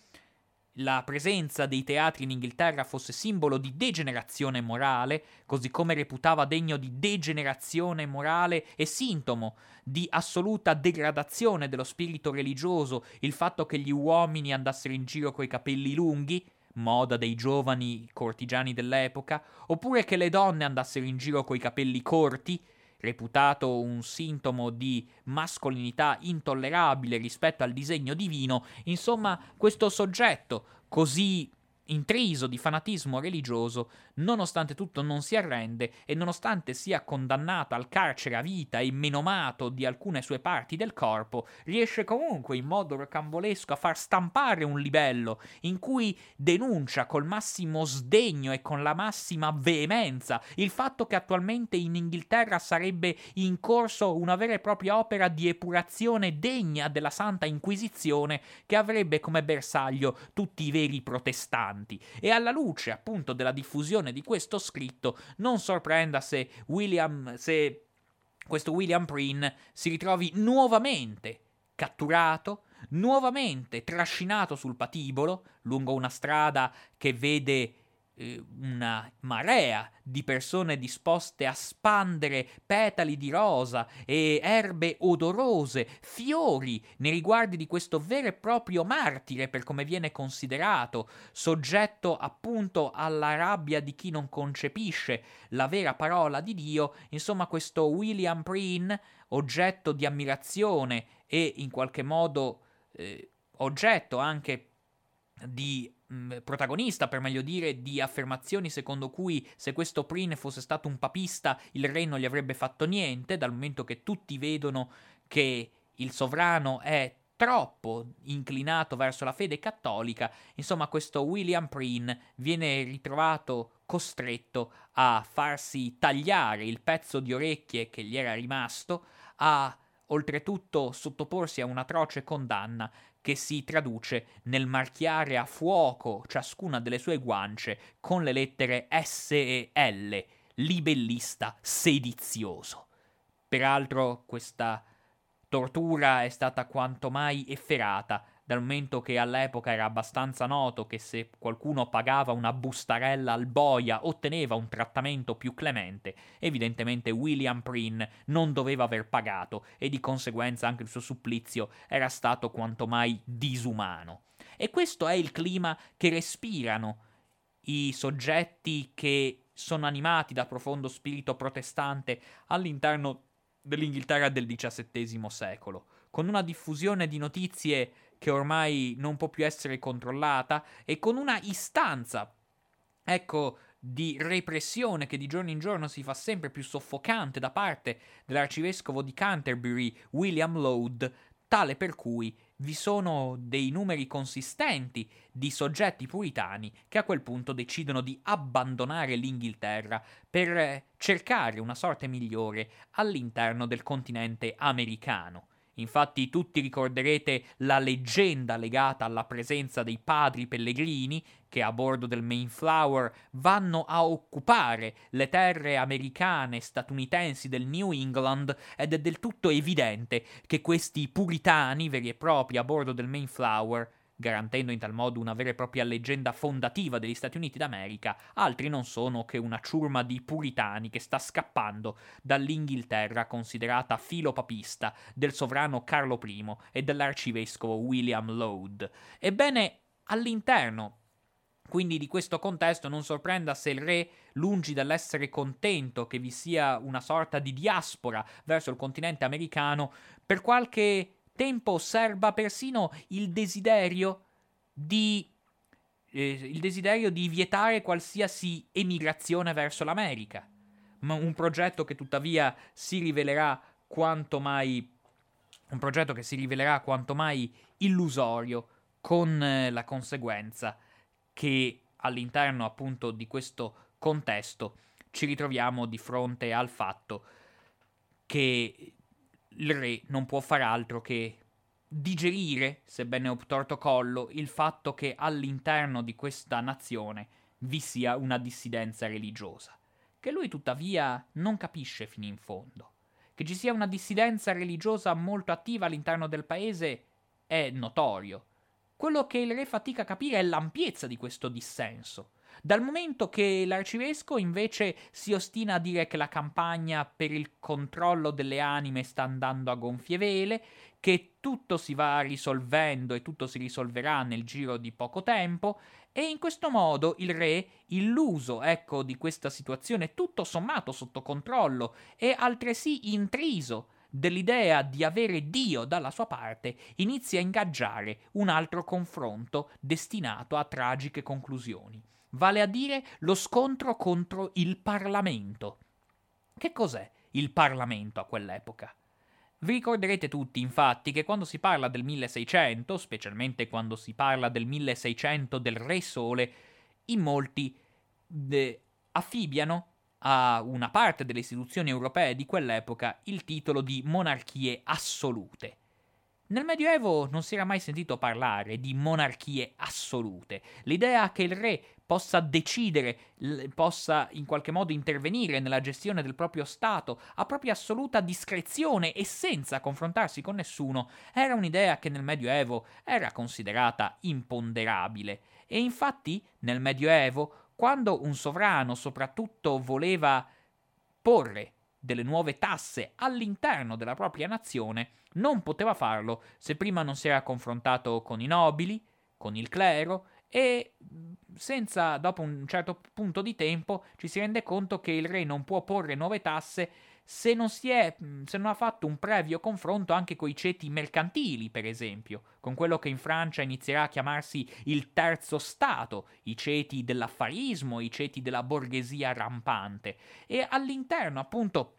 la presenza dei teatri in Inghilterra fosse simbolo di degenerazione morale, così come reputava degno di degenerazione morale e sintomo di assoluta degradazione dello spirito religioso il fatto che gli uomini andassero in giro coi capelli lunghi, moda dei giovani cortigiani dell'epoca, oppure che le donne andassero in giro coi capelli corti, reputato un sintomo di mascolinità intollerabile rispetto al disegno divino. Insomma, questo soggetto così intriso di fanatismo religioso, nonostante tutto non si arrende e nonostante sia condannato al carcere a vita e menomato di alcune sue parti del corpo, riesce comunque in modo rocambolesco a far stampare un libello in cui denuncia col massimo sdegno e con la massima veemenza il fatto che attualmente in Inghilterra sarebbe in corso una vera e propria opera di epurazione degna della Santa Inquisizione, che avrebbe come bersaglio tutti i veri protestanti. E alla luce appunto della diffusione di questo scritto, non sorprenda se William se questo William Preen si ritrovi nuovamente catturato, nuovamente trascinato sul patibolo lungo una strada che vede eh, una marea di persone disposte a spandere petali di rosa e erbe odorose, fiori nei riguardi di questo vero e proprio martire, per come viene considerato, soggetto appunto alla rabbia di chi non concepisce la vera parola di Dio. Insomma, questo William Preen, oggetto di ammirazione e in qualche modo eh, oggetto anche di mh, protagonista, per meglio dire, di affermazioni secondo cui se questo Preen fosse stato un papista il re non gli avrebbe fatto niente, dal momento che tutti vedono che il sovrano è troppo inclinato verso la fede cattolica. Insomma, questo William Preen viene ritrovato costretto a farsi tagliare il pezzo di orecchie che gli era rimasto, a oltretutto sottoporsi a un'atroce condanna che si traduce nel marchiare a fuoco ciascuna delle sue guance con le lettere S e L, libellista sedizioso. Peraltro questa tortura è stata quanto mai efferata, dal momento che all'epoca era abbastanza noto che se qualcuno pagava una bustarella al boia otteneva un trattamento più clemente. Evidentemente William Preen non doveva aver pagato e di conseguenza anche il suo supplizio era stato quanto mai disumano. E questo è il clima che respirano i soggetti che sono animati da profondo spirito protestante all'interno dell'Inghilterra del diciassettesimo secolo, con una diffusione di notizie che ormai non può più essere controllata e con una istanza, ecco, di repressione che di giorno in giorno si fa sempre più soffocante da parte dell'arcivescovo di Canterbury, William Laud, tale per cui vi sono dei numeri consistenti di soggetti puritani che a quel punto decidono di abbandonare l'Inghilterra per cercare una sorte migliore all'interno del continente americano. Infatti tutti ricorderete la leggenda legata alla presenza dei padri pellegrini che a bordo del Mayflower vanno a occupare le terre americane statunitensi del New England, ed è del tutto evidente che questi puritani veri e propri a bordo del Mayflower, garantendo in tal modo una vera e propria leggenda fondativa degli Stati Uniti d'America, altri non sono che una ciurma di puritani che sta scappando dall'Inghilterra considerata filopapista del sovrano Carlo I e dell'arcivescovo William Laud. Ebbene, all'interno quindi di questo contesto non sorprenda se il re, lungi dall'essere contento che vi sia una sorta di diaspora verso il continente americano, per qualche tempo osserva persino il desiderio di eh, il desiderio di vietare qualsiasi emigrazione verso l'America, ma un progetto che tuttavia si rivelerà quanto mai un progetto che si rivelerà quanto mai illusorio, con eh, la conseguenza che all'interno appunto di questo contesto ci ritroviamo di fronte al fatto che il re non può far altro che digerire, sebbene obtorto collo, il fatto che all'interno di questa nazione vi sia una dissidenza religiosa, che lui tuttavia non capisce fino in fondo. Che ci sia una dissidenza religiosa molto attiva all'interno del paese è notorio. Quello che il re fatica a capire è l'ampiezza di questo dissenso. Dal momento che l'arcivescovo invece si ostina a dire che la campagna per il controllo delle anime sta andando a gonfie vele, che tutto si va risolvendo e tutto si risolverà nel giro di poco tempo, e in questo modo il re, illuso, ecco, di questa situazione tutto sommato sotto controllo e altresì intriso dell'idea di avere Dio dalla sua parte, inizia a ingaggiare un altro confronto destinato a tragiche conclusioni, vale a dire lo scontro contro il Parlamento. Che cos'è il Parlamento a quell'epoca? Vi ricorderete tutti, infatti, che quando si parla del milleseicento, specialmente quando si parla del milleseicento del Re Sole, in molti de- affibbiano a una parte delle istituzioni europee di quell'epoca il titolo di monarchie assolute. Nel Medioevo non si era mai sentito parlare di monarchie assolute. L'idea che il re possa decidere, l- possa in qualche modo intervenire nella gestione del proprio stato a propria assoluta discrezione e senza confrontarsi con nessuno, era un'idea che nel Medioevo era considerata imponderabile. E infatti nel Medioevo, quando un sovrano soprattutto voleva porre delle nuove tasse all'interno della propria nazione, non poteva farlo se prima non si era confrontato con i nobili, con il clero, e senza, dopo un certo punto di tempo, ci si rende conto che il re non può porre nuove tasse se non, si è, se non ha fatto un previo confronto anche coi ceti mercantili, per esempio, con quello che in Francia inizierà a chiamarsi il terzo Stato, i ceti dell'affarismo, i ceti della borghesia rampante. E all'interno, appunto,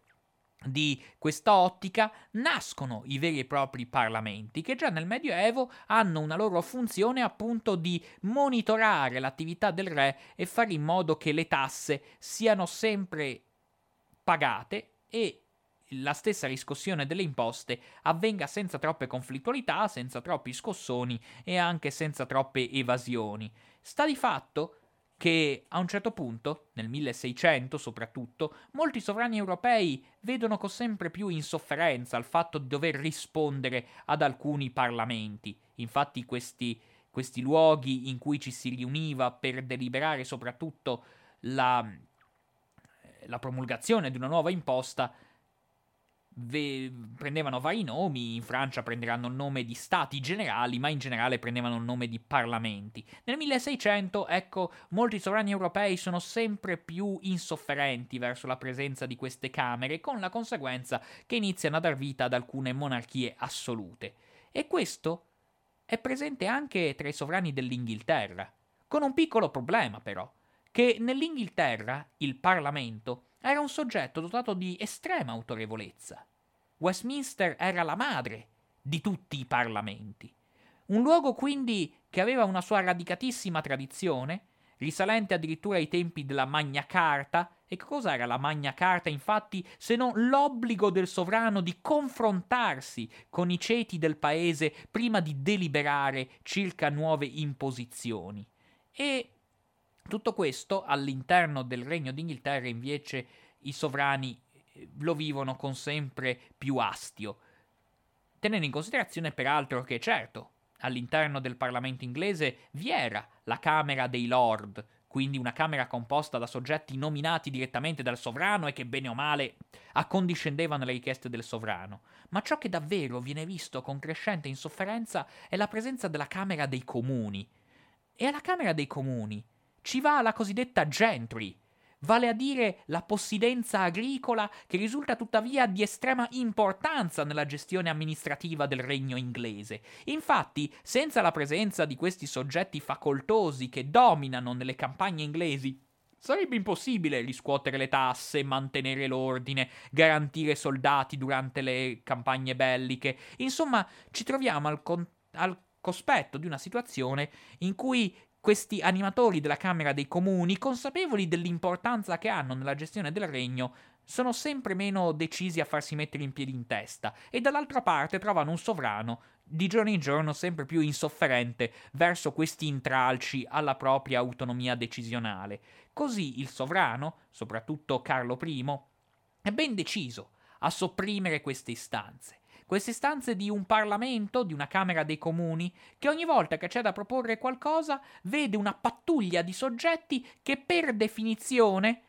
di questa ottica nascono i veri e propri parlamenti, che già nel Medioevo hanno una loro funzione appunto di monitorare l'attività del re e fare in modo che le tasse siano sempre pagate e la stessa riscossione delle imposte avvenga senza troppe conflittualità, senza troppi scossoni e anche senza troppe evasioni. Sta di fatto che a un certo punto, nel milleseicento soprattutto, molti sovrani europei vedono con sempre più insofferenza il fatto di dover rispondere ad alcuni parlamenti. Infatti questi, questi luoghi in cui ci si riuniva per deliberare soprattutto la, la promulgazione di una nuova imposta ve- prendevano vari nomi. In Francia prenderanno il nome di stati generali, ma in generale prendevano il nome di parlamenti. Nel milleseicento, ecco, molti sovrani europei sono sempre più insofferenti verso la presenza di queste camere, con la conseguenza che iniziano a dar vita ad alcune monarchie assolute. E questo è presente anche tra i sovrani dell'Inghilterra, con un piccolo problema però, che nell'Inghilterra il Parlamento era un soggetto dotato di estrema autorevolezza. Westminster era la madre di tutti i parlamenti. Un luogo quindi che aveva una sua radicatissima tradizione, risalente addirittura ai tempi della Magna Carta. E che cosa era la Magna Carta, infatti, se non l'obbligo del sovrano di confrontarsi con i ceti del paese prima di deliberare circa nuove imposizioni. E tutto questo all'interno del Regno d'Inghilterra invece i sovrani lo vivono con sempre più astio, tenendo in considerazione peraltro che certo all'interno del Parlamento inglese vi era la Camera dei Lord, quindi una Camera composta da soggetti nominati direttamente dal sovrano e che bene o male accondiscendevano alle richieste del sovrano. Ma ciò che davvero viene visto con crescente insofferenza è la presenza della Camera dei Comuni. E alla Camera dei Comuni ci va la cosiddetta gentry, vale a dire la possidenza agricola che risulta tuttavia di estrema importanza nella gestione amministrativa del regno inglese. Infatti, senza la presenza di questi soggetti facoltosi che dominano nelle campagne inglesi, sarebbe impossibile riscuotere le tasse, mantenere l'ordine, garantire soldati durante le campagne belliche. Insomma, ci troviamo al, con- al cospetto di una situazione in cui questi animatori della Camera dei Comuni, consapevoli dell'importanza che hanno nella gestione del regno, sono sempre meno decisi a farsi mettere in piedi in testa e dall'altra parte trovano un sovrano di giorno in giorno sempre più insofferente verso questi intralci alla propria autonomia decisionale. Così il sovrano, soprattutto Carlo I, è ben deciso a sopprimere queste istanze. Queste istanze di un Parlamento, di una Camera dei Comuni, che ogni volta che c'è da proporre qualcosa vede una pattuglia di soggetti che per definizione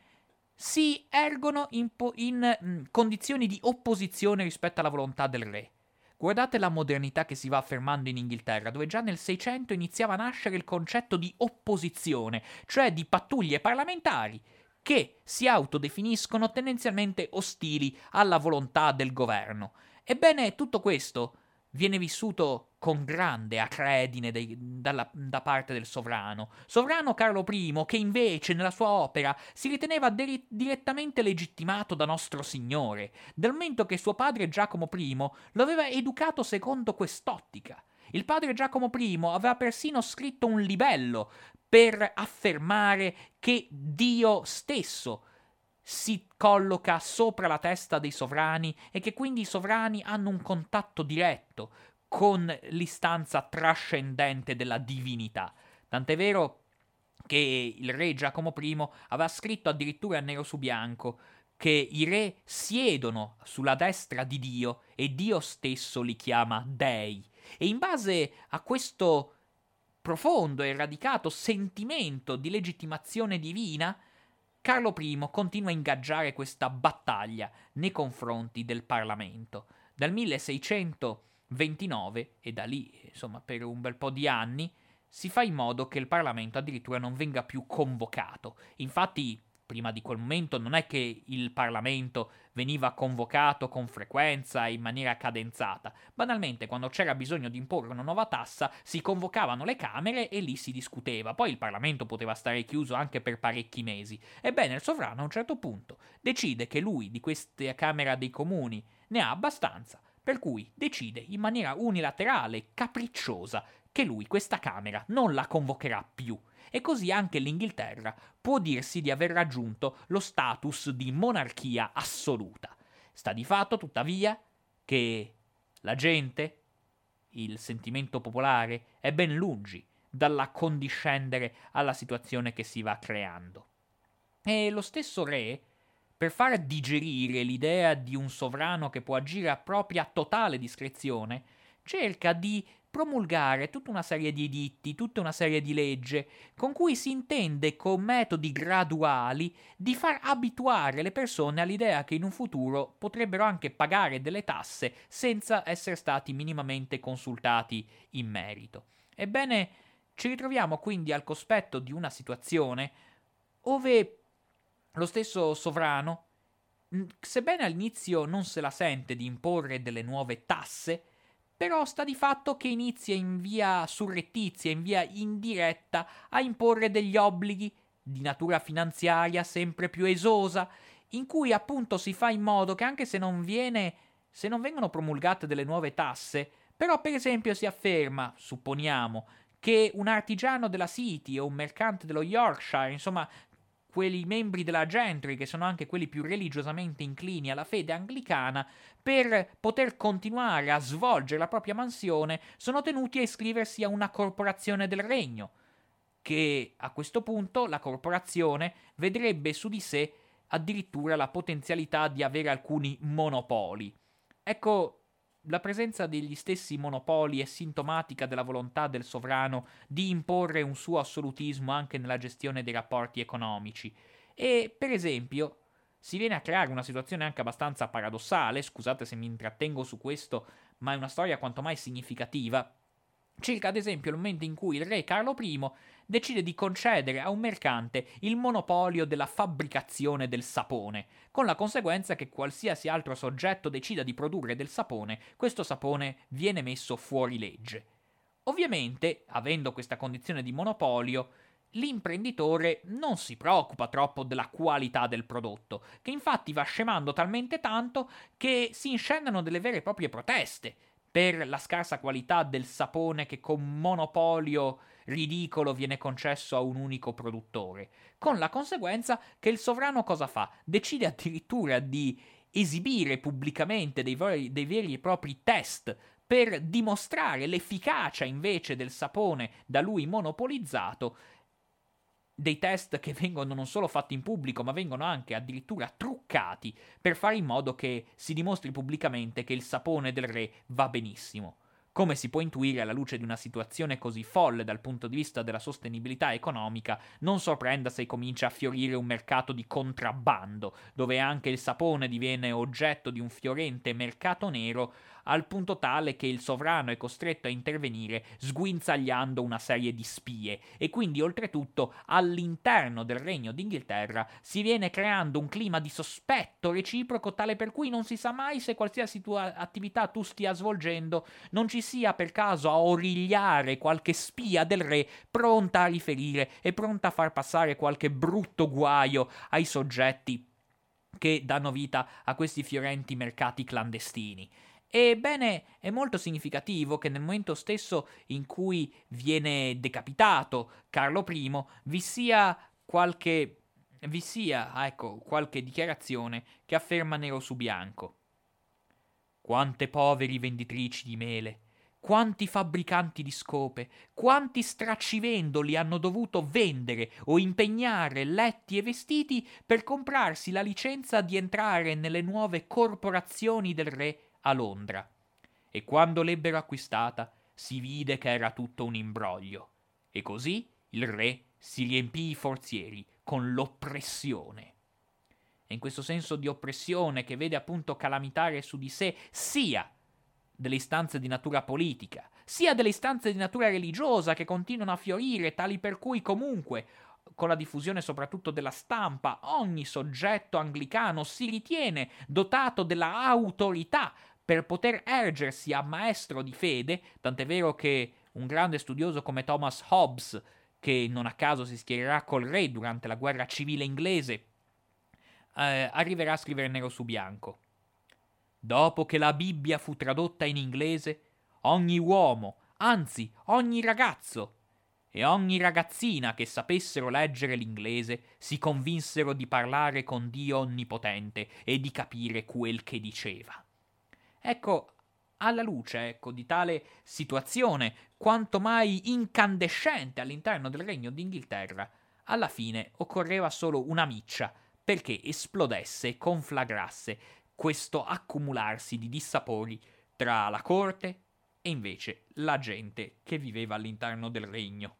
si ergono in, po- in mh, condizioni di opposizione rispetto alla volontà del re. Guardate la modernità che si va affermando in Inghilterra, dove già nel Seicento iniziava a nascere il concetto di opposizione, cioè di pattuglie parlamentari che si autodefiniscono tendenzialmente ostili alla volontà del governo. Ebbene, tutto questo viene vissuto con grande acredine dei, dalla, da parte del sovrano. Sovrano Carlo I, che invece nella sua opera si riteneva deri- direttamente legittimato da nostro Signore, dal momento che suo padre Giacomo I lo aveva educato secondo quest'ottica. Il padre Giacomo I aveva persino scritto un libello per affermare che Dio stesso si colloca sopra la testa dei sovrani e che quindi i sovrani hanno un contatto diretto con l'istanza trascendente della divinità. Tant'è vero che il re Giacomo I aveva scritto addirittura nero su bianco che i re siedono sulla destra di Dio e Dio stesso li chiama dei. E in base a questo profondo e radicato sentimento di legittimazione divina, Carlo I continua a ingaggiare questa battaglia nei confronti del Parlamento. Dal milleseicentoventinove, e da lì, insomma, per un bel po' di anni, si fa in modo che il Parlamento addirittura non venga più convocato. Infatti, prima di quel momento non è che il Parlamento veniva convocato con frequenza e in maniera cadenzata. Banalmente, quando c'era bisogno di imporre una nuova tassa, si convocavano le Camere e lì si discuteva. Poi il Parlamento poteva stare chiuso anche per parecchi mesi. Ebbene, il sovrano a un certo punto decide che lui di questa Camera dei Comuni ne ha abbastanza, per cui decide in maniera unilaterale, capricciosa, che lui questa Camera non la convocherà più. E così anche l'Inghilterra può dirsi di aver raggiunto lo status di monarchia assoluta. Sta di fatto, tuttavia, che la gente, il sentimento popolare, è ben lungi dall'accondiscendere alla situazione che si va creando. E lo stesso re, per far digerire l'idea di un sovrano che può agire a propria totale discrezione, cerca di promulgare tutta una serie di editti, tutta una serie di leggi, con cui si intende con metodi graduali di far abituare le persone all'idea che in un futuro potrebbero anche pagare delle tasse senza essere stati minimamente consultati in merito. Ebbene, ci ritroviamo quindi al cospetto di una situazione ove lo stesso sovrano, sebbene all'inizio non se la sente di imporre delle nuove tasse, però sta di fatto che inizia in via surrettizia, in via indiretta, a imporre degli obblighi di natura finanziaria sempre più esosa, in cui appunto si fa in modo che anche se non viene, se non vengono promulgate delle nuove tasse, però per esempio si afferma, supponiamo, che un artigiano della City o un mercante dello Yorkshire, insomma quelli membri della Gentry, che sono anche quelli più religiosamente inclini alla fede anglicana, per poter continuare a svolgere la propria mansione, sono tenuti a iscriversi a una corporazione del regno, che a questo punto la corporazione vedrebbe su di sé addirittura la potenzialità di avere alcuni monopoli. Ecco, la presenza degli stessi monopoli è sintomatica della volontà del sovrano di imporre un suo assolutismo anche nella gestione dei rapporti economici. E, per esempio, si viene a creare una situazione anche abbastanza paradossale, scusate se mi intrattengo su questo, ma è una storia quanto mai significativa, circa ad esempio il momento in cui il re Carlo I decide di concedere a un mercante il monopolio della fabbricazione del sapone, con la conseguenza che qualsiasi altro soggetto decida di produrre del sapone, questo sapone viene messo fuori legge. Ovviamente, avendo questa condizione di monopolio, l'imprenditore non si preoccupa troppo della qualità del prodotto, che infatti va scemando talmente tanto che si inscendono delle vere e proprie proteste per la scarsa qualità del sapone che con monopolio ridicolo viene concesso a un unico produttore, con la conseguenza che il sovrano cosa fa? Decide addirittura di esibire pubblicamente dei veri, dei veri e propri test per dimostrare l'efficacia invece del sapone da lui monopolizzato, dei test che vengono non solo fatti in pubblico, ma vengono anche addirittura truccati per fare in modo che si dimostri pubblicamente che il sapone del re va benissimo. Come si può intuire, alla luce di una situazione così folle dal punto di vista della sostenibilità economica, non sorprenda se comincia a fiorire un mercato di contrabbando, dove anche il sapone diviene oggetto di un fiorente mercato nero, al punto tale che il sovrano è costretto a intervenire sguinzagliando una serie di spie, e quindi oltretutto all'interno del Regno d'Inghilterra si viene creando un clima di sospetto reciproco tale per cui non si sa mai se qualsiasi tua attività tu stia svolgendo non ci sia per caso a origliare qualche spia del re pronta a riferire e pronta a far passare qualche brutto guaio ai soggetti che danno vita a questi fiorenti mercati clandestini. Ebbene, è molto significativo che nel momento stesso in cui viene decapitato Carlo I vi sia qualche vi sia, ecco, qualche dichiarazione che afferma nero su bianco: quante poveri venditrici di mele, quanti fabbricanti di scope, quanti straccivendoli hanno dovuto vendere o impegnare letti e vestiti per comprarsi la licenza di entrare nelle nuove corporazioni del re a Londra. E quando l'ebbero acquistata si vide che era tutto un imbroglio, e così il re si riempì i forzieri con l'oppressione. E in questo senso di oppressione che vede appunto calamitare su di sé sia delle istanze di natura politica, sia delle istanze di natura religiosa che continuano a fiorire, tali per cui comunque, con la diffusione soprattutto della stampa, ogni soggetto anglicano si ritiene dotato della autorità per poter ergersi a maestro di fede, tant'è vero che un grande studioso come Thomas Hobbes, che non a caso si schiererà col re durante la guerra civile inglese, eh, arriverà a scrivere nero su bianco: dopo che la Bibbia fu tradotta in inglese, ogni uomo, anzi ogni ragazzo e ogni ragazzina che sapessero leggere l'inglese si convinsero di parlare con Dio Onnipotente e di capire quel che diceva. Ecco, alla luce, ecco, di tale situazione, quanto mai incandescente all'interno del Regno d'Inghilterra, alla fine occorreva solo una miccia perché esplodesse e conflagrasse questo accumularsi di dissapori tra la corte e invece la gente che viveva all'interno del regno.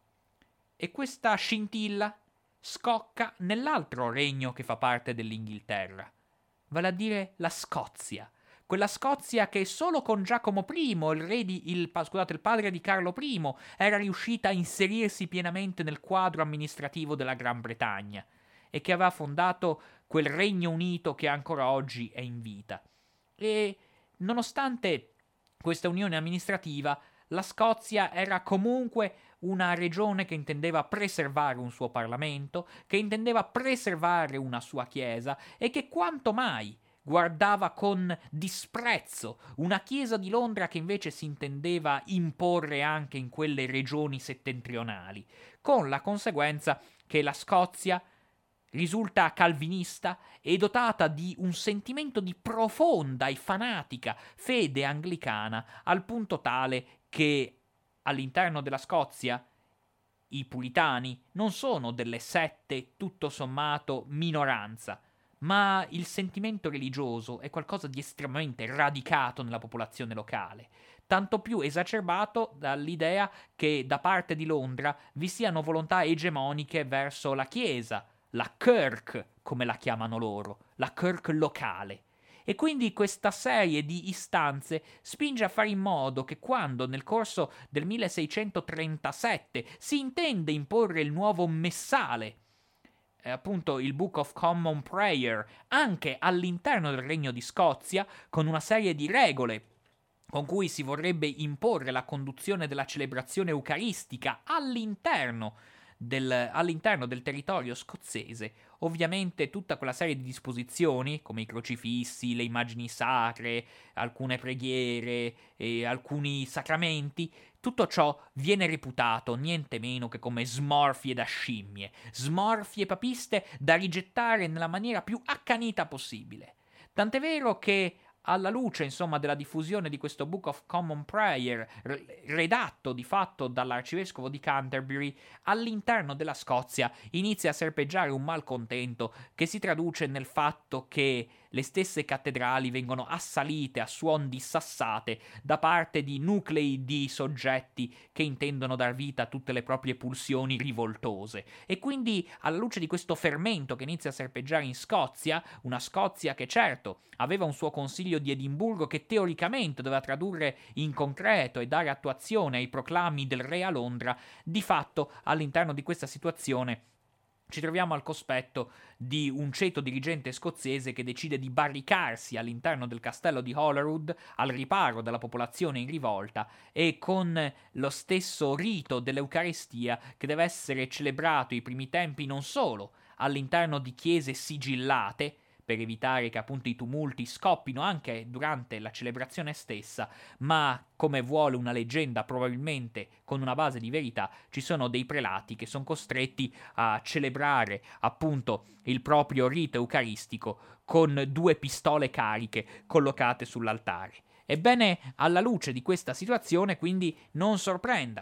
E questa scintilla scocca nell'altro regno che fa parte dell'Inghilterra, vale a dire la Scozia. Quella Scozia che solo con Giacomo primo, il, re di, il, scusate, il padre di Carlo primo, era riuscita a inserirsi pienamente nel quadro amministrativo della Gran Bretagna e che aveva fondato quel Regno Unito che ancora oggi è in vita. E nonostante questa unione amministrativa, la Scozia era comunque una regione che intendeva preservare un suo Parlamento, che intendeva preservare una sua Chiesa e che quanto mai guardava con disprezzo una Chiesa di Londra che invece si intendeva imporre anche in quelle regioni settentrionali, con la conseguenza che la Scozia risulta calvinista e dotata di un sentimento di profonda e fanatica fede anglicana, al punto tale che all'interno della Scozia i puritani non sono delle sette tutto sommato minoranza, ma il sentimento religioso è qualcosa di estremamente radicato nella popolazione locale, tanto più esacerbato dall'idea che da parte di Londra vi siano volontà egemoniche verso la Chiesa, la Kirk, come la chiamano loro, la Kirk locale. E quindi questa serie di istanze spinge a fare in modo che quando nel corso del milleseicentotrentasette si intende imporre il nuovo messale, eh, appunto il Book of Common Prayer, anche all'interno del Regno di Scozia, con una serie di regole con cui si vorrebbe imporre la conduzione della celebrazione eucaristica all'interno del, all'interno del territorio scozzese, ovviamente tutta quella serie di disposizioni, come i crocifissi, le immagini sacre, alcune preghiere e alcuni sacramenti, tutto ciò viene reputato niente meno che come smorfie da scimmie, smorfie papiste da rigettare nella maniera più accanita possibile. Tant'è vero che alla luce, insomma, della diffusione di questo Book of Common Prayer, redatto di fatto dall'arcivescovo di Canterbury, all'interno della Scozia inizia a serpeggiare un malcontento che si traduce nel fatto che le stesse cattedrali vengono assalite a suon di sassate da parte di nuclei di soggetti che intendono dar vita a tutte le proprie pulsioni rivoltose. E quindi, alla luce di questo fermento che inizia a serpeggiare in Scozia, una Scozia che certo aveva un suo consiglio di Edimburgo che teoricamente doveva tradurre in concreto e dare attuazione ai proclami del re a Londra, di fatto all'interno di questa situazione ci troviamo al cospetto di un ceto dirigente scozzese che decide di barricarsi all'interno del castello di Holyrood al riparo della popolazione in rivolta e con lo stesso rito dell'Eucaristia che deve essere celebrato ai primi tempi non solo all'interno di chiese sigillate, per evitare che appunto i tumulti scoppino anche durante la celebrazione stessa, ma come vuole una leggenda probabilmente con una base di verità, ci sono dei prelati che sono costretti a celebrare appunto il proprio rito eucaristico con due pistole cariche collocate sull'altare. Ebbene, alla luce di questa situazione, quindi, non sorprenda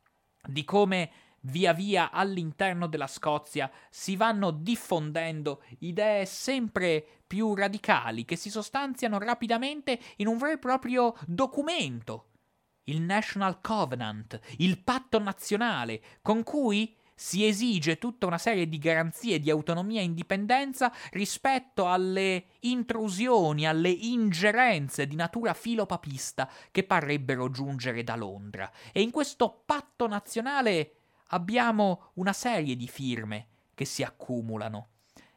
di come via via all'interno della Scozia si vanno diffondendo idee sempre più radicali che si sostanziano rapidamente in un vero e proprio documento, il National Covenant, il patto nazionale, con cui si esige tutta una serie di garanzie di autonomia e indipendenza rispetto alle intrusioni, alle ingerenze di natura filopapista che parrebbero giungere da Londra. E in questo patto nazionale abbiamo una serie di firme che si accumulano,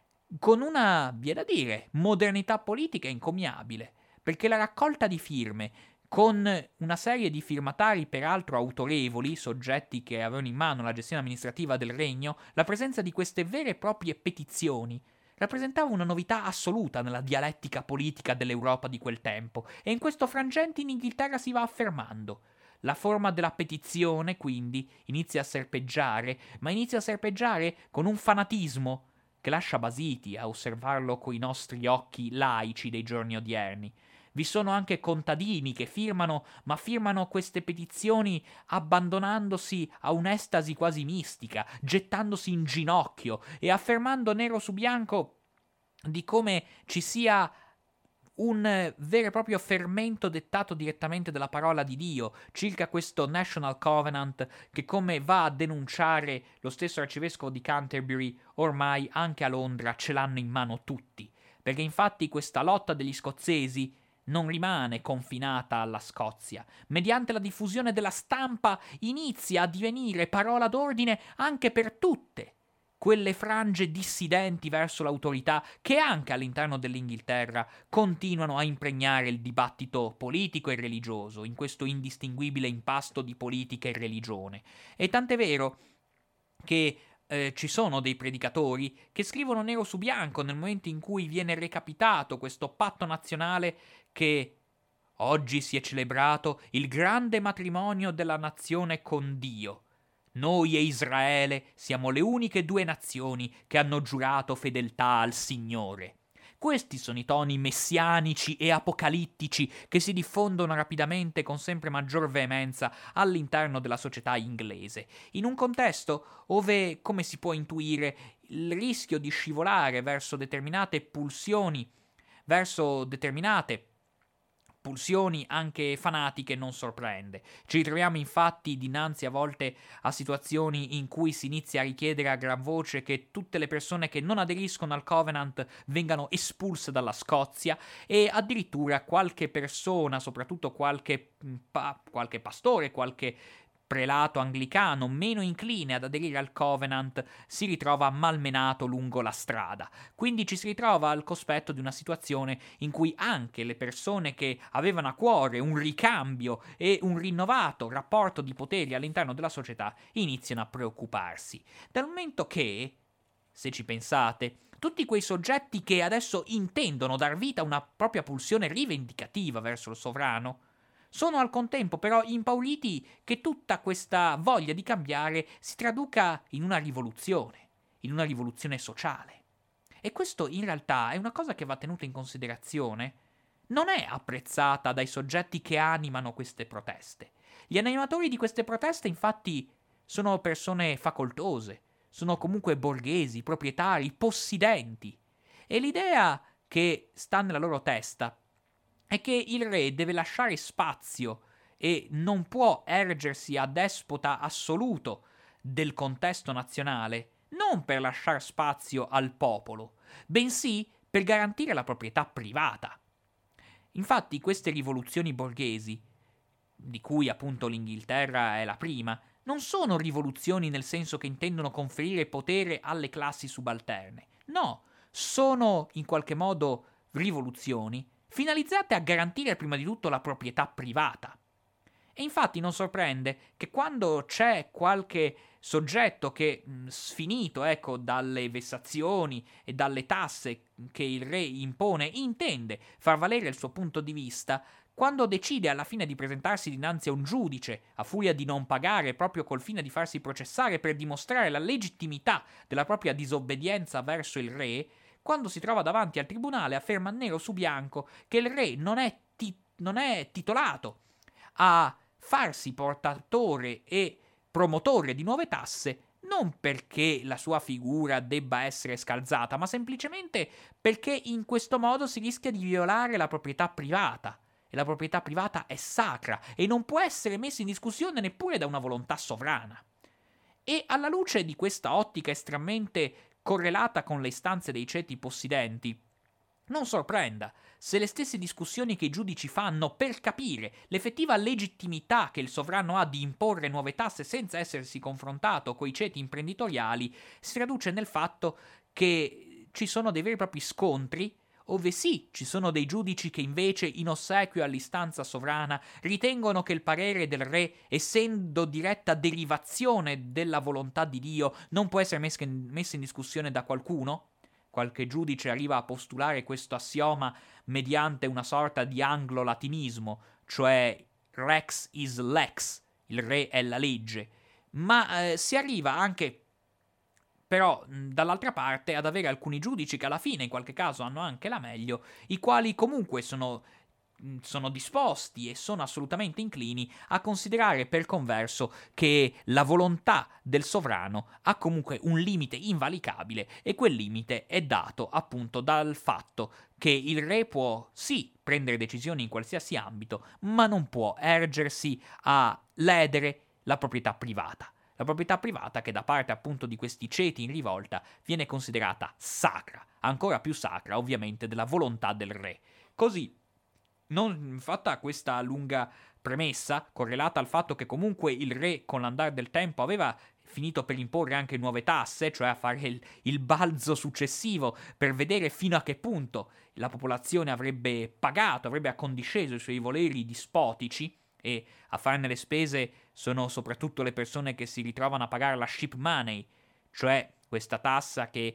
con una, viene da dire, modernità politica encomiabile, perché la raccolta di firme, con una serie di firmatari peraltro autorevoli, soggetti che avevano in mano la gestione amministrativa del regno, la presenza di queste vere e proprie petizioni rappresentava una novità assoluta nella dialettica politica dell'Europa di quel tempo, e in questo frangente in Inghilterra si va affermando. La forma della petizione, quindi, inizia a serpeggiare, ma inizia a serpeggiare con un fanatismo che lascia basiti a osservarlo coi nostri occhi laici dei giorni odierni. Vi sono anche contadini che firmano, ma firmano queste petizioni abbandonandosi a un'estasi quasi mistica, gettandosi in ginocchio e affermando nero su bianco di come ci sia un eh, vero e proprio fermento dettato direttamente dalla parola di Dio, circa questo National Covenant che, come va a denunciare lo stesso arcivescovo di Canterbury, ormai anche a Londra ce l'hanno in mano tutti, perché infatti questa lotta degli scozzesi non rimane confinata alla Scozia. Mediante la diffusione della stampa inizia a divenire parola d'ordine anche per tutte quelle frange dissidenti verso l'autorità che anche all'interno dell'Inghilterra continuano a impregnare il dibattito politico e religioso in questo indistinguibile impasto di politica e religione. E tant'è vero che eh, ci sono dei predicatori che scrivono nero su bianco nel momento in cui viene recapitato questo patto nazionale che oggi si è celebrato il grande matrimonio della nazione con Dio. Noi e Israele siamo le uniche due nazioni che hanno giurato fedeltà al Signore. Questi sono i toni messianici e apocalittici che si diffondono rapidamente con sempre maggior veemenza all'interno della società inglese, in un contesto ove, come si può intuire, il rischio di scivolare verso determinate pulsioni, verso determinate pulsioni anche fanatiche non sorprende. Ci ritroviamo infatti dinanzi a volte a situazioni in cui si inizia a richiedere a gran voce che tutte le persone che non aderiscono al Covenant vengano espulse dalla Scozia e addirittura qualche persona, soprattutto qualche, pa- qualche pastore, qualche prelato anglicano meno incline ad aderire al Covenant si ritrova malmenato lungo la strada. Quindi ci si ritrova al cospetto di una situazione in cui anche le persone che avevano a cuore un ricambio e un rinnovato rapporto di poteri all'interno della società iniziano a preoccuparsi. Dal momento che, se ci pensate, tutti quei soggetti che adesso intendono dar vita a una propria pulsione rivendicativa verso il sovrano sono al contempo però impauriti che tutta questa voglia di cambiare si traduca in una rivoluzione, in una rivoluzione sociale. E questo in realtà è una cosa che va tenuta in considerazione. Non è apprezzata dai soggetti che animano queste proteste. Gli animatori di queste proteste infatti sono persone facoltose, sono comunque borghesi, proprietari, possidenti. E l'idea che sta nella loro testa è che il re deve lasciare spazio e non può ergersi a despota assoluto del contesto nazionale, non per lasciare spazio al popolo, bensì per garantire la proprietà privata. Infatti queste rivoluzioni borghesi, di cui appunto l'Inghilterra è la prima, non sono rivoluzioni nel senso che intendono conferire potere alle classi subalterne. No, sono in qualche modo rivoluzioni finalizzate a garantire prima di tutto la proprietà privata. E infatti non sorprende che quando c'è qualche soggetto che, mh, sfinito ecco, dalle vessazioni e dalle tasse che il re impone, intende far valere il suo punto di vista, quando decide alla fine di presentarsi dinanzi a un giudice, a furia di non pagare proprio col fine di farsi processare per dimostrare la legittimità della propria disobbedienza verso il re, quando si trova davanti al tribunale afferma nero su bianco che il re non è, ti- non è titolato a farsi portatore e promotore di nuove tasse, non perché la sua figura debba essere scalzata, ma semplicemente perché in questo modo si rischia di violare la proprietà privata. E la proprietà privata è sacra e non può essere messa in discussione neppure da una volontà sovrana. E alla luce di questa ottica estremamente correlata con le istanze dei ceti possidenti, non sorprenda se le stesse discussioni che i giudici fanno per capire l'effettiva legittimità che il sovrano ha di imporre nuove tasse senza essersi confrontato coi ceti imprenditoriali si traduce nel fatto che ci sono dei veri e propri scontri, ove sì, ci sono dei giudici che invece, in ossequio all'istanza sovrana, ritengono che il parere del re, essendo diretta derivazione della volontà di Dio, non può essere messo in, messo in discussione da qualcuno. Qualche giudice arriva a postulare questo assioma mediante una sorta di anglo-latinismo, cioè rex is lex, il re è la legge, ma eh, si arriva anche però dall'altra parte ad avere alcuni giudici che alla fine in qualche caso hanno anche la meglio, i quali comunque sono sono disposti e sono assolutamente inclini a considerare per converso che la volontà del sovrano ha comunque un limite invalicabile, e quel limite è dato appunto dal fatto che il re può sì prendere decisioni in qualsiasi ambito, ma non può ergersi a ledere la proprietà privata. La proprietà privata che da parte appunto di questi ceti in rivolta viene considerata sacra, ancora più sacra ovviamente della volontà del re. Così, non fatta questa lunga premessa, correlata al fatto che comunque il re con l'andare del tempo aveva finito per imporre anche nuove tasse, cioè a fare il, il balzo successivo per vedere fino a che punto la popolazione avrebbe pagato, avrebbe accondisceso i suoi voleri dispotici, e a farne le spese sono soprattutto le persone che si ritrovano a pagare la ship money, cioè questa tassa che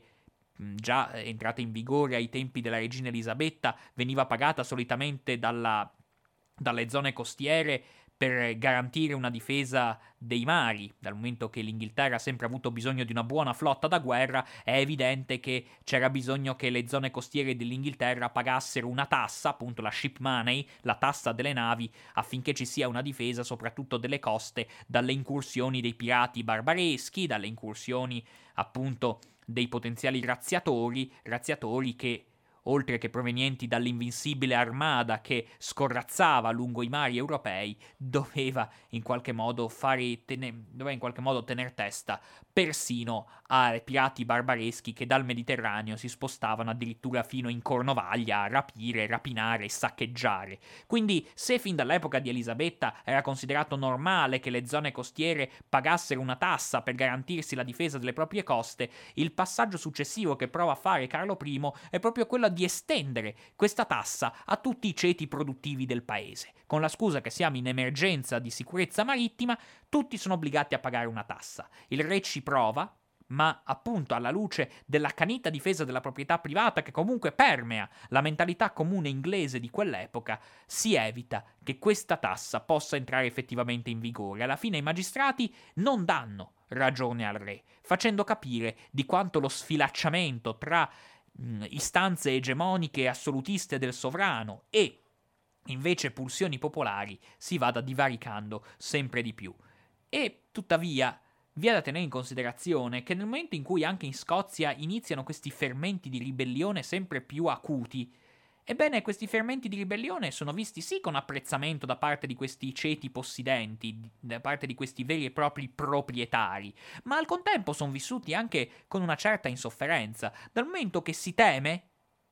già entrata in vigore ai tempi della regina Elisabetta veniva pagata solitamente dalla, dalle zone costiere per garantire una difesa dei mari. Dal momento che l'Inghilterra ha sempre avuto bisogno di una buona flotta da guerra, è evidente che c'era bisogno che le zone costiere dell'Inghilterra pagassero una tassa, appunto la ship money, la tassa delle navi, affinché ci sia una difesa soprattutto delle coste dalle incursioni dei pirati barbareschi, dalle incursioni appunto dei potenziali razziatori, razziatori che, oltre che provenienti dall'invincibile armada che scorrazzava lungo i mari europei, doveva in qualche modo fare tene- doveva in qualche modo tener testa persino ai pirati barbareschi che dal Mediterraneo si spostavano addirittura fino in Cornovaglia a rapire, rapinare e saccheggiare. Quindi, se fin dall'epoca di Elisabetta era considerato normale che le zone costiere pagassero una tassa per garantirsi la difesa delle proprie coste, il passaggio successivo che prova a fare Carlo primo è proprio quello di estendere questa tassa a tutti i ceti produttivi del paese. Con la scusa che siamo in emergenza di sicurezza marittima, tutti sono obbligati a pagare una tassa. Il re ci prova, ma appunto alla luce dell'accanita difesa della proprietà privata che comunque permea la mentalità comune inglese di quell'epoca, si evita che questa tassa possa entrare effettivamente in vigore. Alla fine i magistrati non danno ragione al re, facendo capire di quanto lo sfilacciamento tra mh, istanze egemoniche e assolutiste del sovrano e invece pulsioni popolari si vada divaricando sempre di più. E tuttavia vi è da tenere in considerazione che nel momento in cui anche in Scozia iniziano questi fermenti di ribellione sempre più acuti, ebbene questi fermenti di ribellione sono visti sì con apprezzamento da parte di questi ceti possidenti, da parte di questi veri e propri proprietari, ma al contempo sono vissuti anche con una certa insofferenza, dal momento che si teme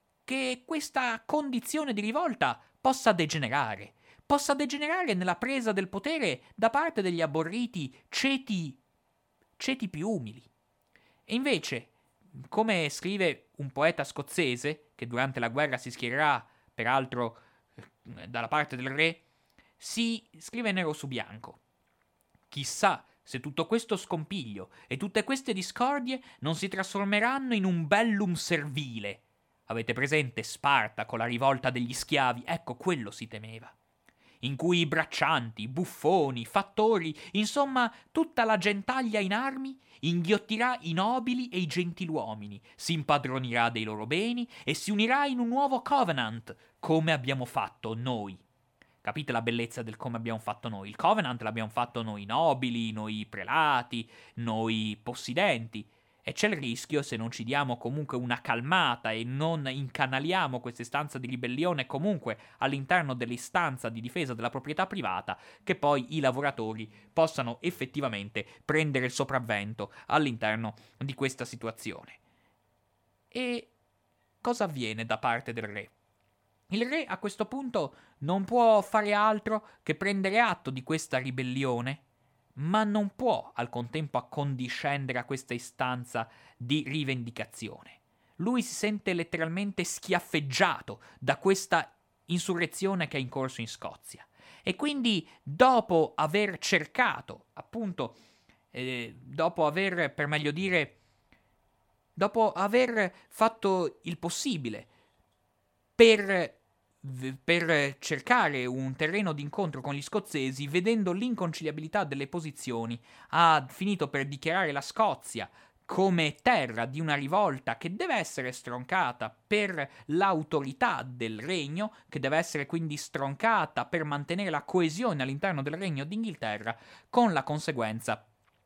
che questa condizione di rivolta possa degenerare, possa degenerare nella presa del potere da parte degli abborriti ceti, ceti più umili. E invece, come scrive un poeta scozzese, che durante la guerra si schiererà, peraltro, dalla parte del re, si scrive nero su bianco: chissà se tutto questo scompiglio e tutte queste discordie non si trasformeranno in un bellum servile. Avete presente Sparta con la rivolta degli schiavi? Ecco, quello si temeva. In cui i braccianti, buffoni, fattori, insomma tutta la gentaglia in armi, inghiottirà i nobili e i gentiluomini, si impadronirà dei loro beni e si unirà in un nuovo covenant, come abbiamo fatto noi. Capite la bellezza del come abbiamo fatto noi? Il covenant l'abbiamo fatto noi nobili, noi prelati, noi possidenti. E c'è il rischio, se non ci diamo comunque una calmata e non incanaliamo questa istanza di ribellione comunque all'interno dell'istanza di difesa della proprietà privata, che poi i lavoratori possano effettivamente prendere il sopravvento all'interno di questa situazione. E cosa avviene da parte del re? Il re a questo punto non può fare altro che prendere atto di questa ribellione, ma non può al contempo accondiscendere a questa istanza di rivendicazione. Lui si sente letteralmente schiaffeggiato da questa insurrezione che è in corso in Scozia. E quindi, dopo aver cercato, appunto, eh, dopo aver, per meglio dire, dopo aver fatto il possibile per per cercare un terreno d'incontro con gli scozzesi, vedendo l'inconciliabilità delle posizioni, ha finito per dichiarare la Scozia come terra di una rivolta che deve essere stroncata per l'autorità del regno, che deve essere quindi stroncata per mantenere la coesione all'interno del regno d'Inghilterra, con la conseguenza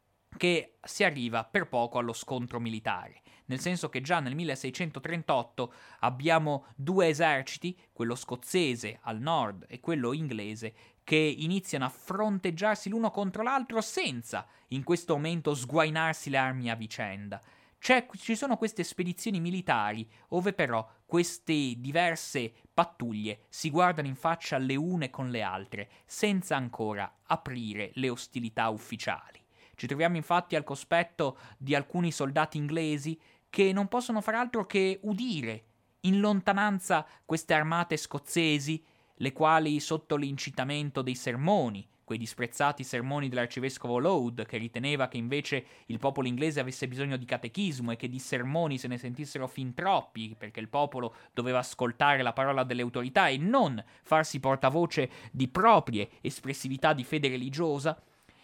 che si arriva per poco allo scontro militare, nel senso che già nel milleseicentotrentotto abbiamo due eserciti, quello scozzese al nord e quello inglese, che iniziano a fronteggiarsi l'uno contro l'altro senza in questo momento sguainarsi le armi a vicenda. C'è, ci sono queste spedizioni militari ove però queste diverse pattuglie si guardano in faccia le une con le altre senza ancora aprire le ostilità ufficiali. Ci troviamo infatti al cospetto di alcuni soldati inglesi che non possono far altro che udire in lontananza queste armate scozzesi, le quali sotto l'incitamento dei sermoni, quei disprezzati sermoni dell'arcivescovo Laud, che riteneva che invece il popolo inglese avesse bisogno di catechismo e che di sermoni se ne sentissero fin troppi, perché il popolo doveva ascoltare la parola delle autorità e non farsi portavoce di proprie espressività di fede religiosa,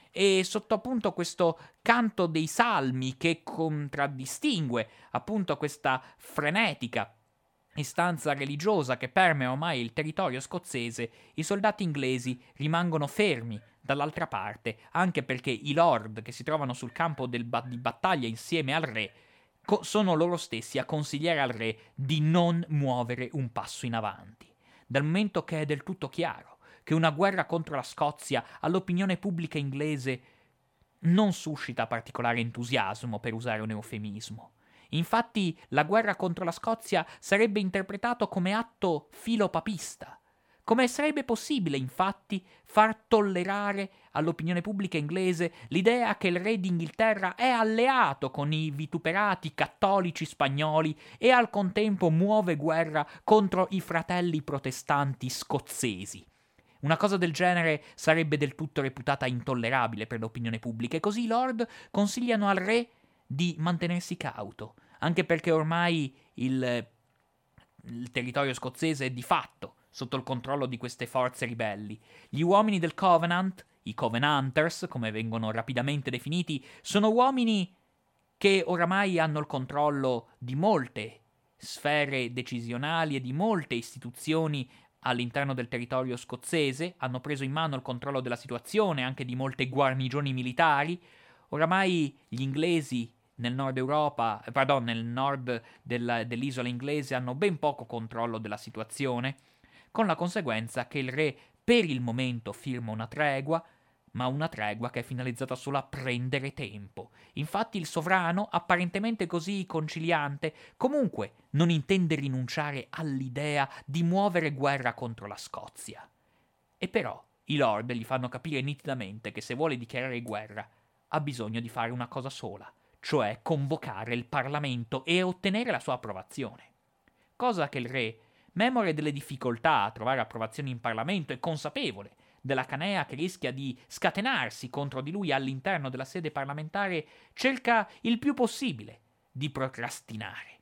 e sotto appunto questo canto dei salmi che contraddistingue appunto questa frenetica istanza religiosa che permea ormai il territorio scozzese, i soldati inglesi rimangono fermi dall'altra parte, anche perché i lord che si trovano sul campo del ba- di battaglia insieme al re co- sono loro stessi a consigliare al re di non muovere un passo in avanti, dal momento che è del tutto chiaro che una guerra contro la Scozia all'opinione pubblica inglese non suscita particolare entusiasmo, per usare un eufemismo. Infatti la guerra contro la Scozia sarebbe interpretato come atto filopapista. Come sarebbe possibile, infatti, far tollerare all'opinione pubblica inglese l'idea che il re d'Inghilterra è alleato con i vituperati cattolici spagnoli e al contempo muove guerra contro i fratelli protestanti scozzesi? Una cosa del genere sarebbe del tutto reputata intollerabile per l'opinione pubblica e così i lord consigliano al re di mantenersi cauto, anche perché ormai il, il territorio scozzese è di fatto sotto il controllo di queste forze ribelli. Gli uomini del Covenant, i Covenanters, come vengono rapidamente definiti, sono uomini che oramai hanno il controllo di molte sfere decisionali e di molte istituzioni all'interno del territorio scozzese, hanno preso in mano il controllo della situazione, anche di molte guarnigioni militari. Oramai gli inglesi nel nord Europa, eh, pardon, nel nord della, dell'isola inglese hanno ben poco controllo della situazione, con la conseguenza che il re per il momento firma una tregua, ma una tregua che è finalizzata solo a prendere tempo. Infatti il sovrano, apparentemente così conciliante, comunque non intende rinunciare all'idea di muovere guerra contro la Scozia. E però i lord gli fanno capire nitidamente che se vuole dichiarare guerra ha bisogno di fare una cosa sola, cioè convocare il Parlamento e ottenere la sua approvazione. Cosa che il re, memore delle difficoltà a trovare approvazione in Parlamento e consapevole della canea che rischia di scatenarsi contro di lui all'interno della sede parlamentare, cerca il più possibile di procrastinare.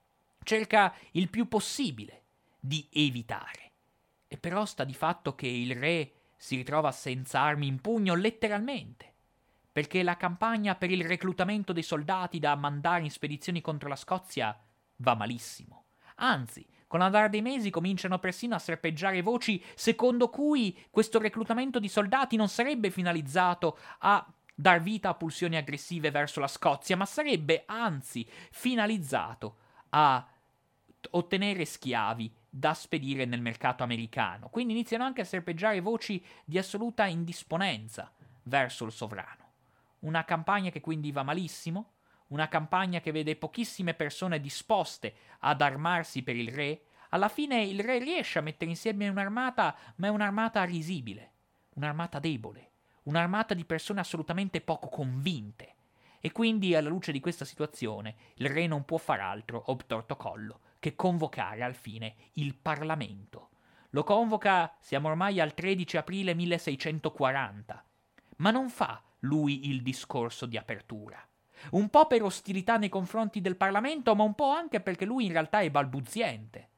Cerca il più possibile di evitare. E però sta di fatto che il re si ritrova senza armi in pugno letteralmente, perché la campagna per il reclutamento dei soldati da mandare in spedizioni contro la Scozia va malissimo. Anzi, con l'andare dei mesi cominciano persino a serpeggiare voci secondo cui questo reclutamento di soldati non sarebbe finalizzato a dar vita a pulsioni aggressive verso la Scozia, ma sarebbe anzi finalizzato a ottenere schiavi da spedire nel mercato americano. Quindi iniziano anche a serpeggiare voci di assoluta indisponenza verso il sovrano. Una campagna che quindi va malissimo, una campagna che vede pochissime persone disposte ad armarsi per il re. Alla fine il re riesce a mettere insieme un'armata, ma è un'armata risibile, un'armata debole, un'armata di persone assolutamente poco convinte. E quindi, alla luce di questa situazione, il re non può far altro, obtorto collo, che convocare al fine il Parlamento. Lo convoca, siamo ormai al tredici aprile milleseicentoquaranta, ma non fa lui il discorso di apertura. Un po' per ostilità nei confronti del Parlamento, ma un po' anche perché lui in realtà è balbuziente.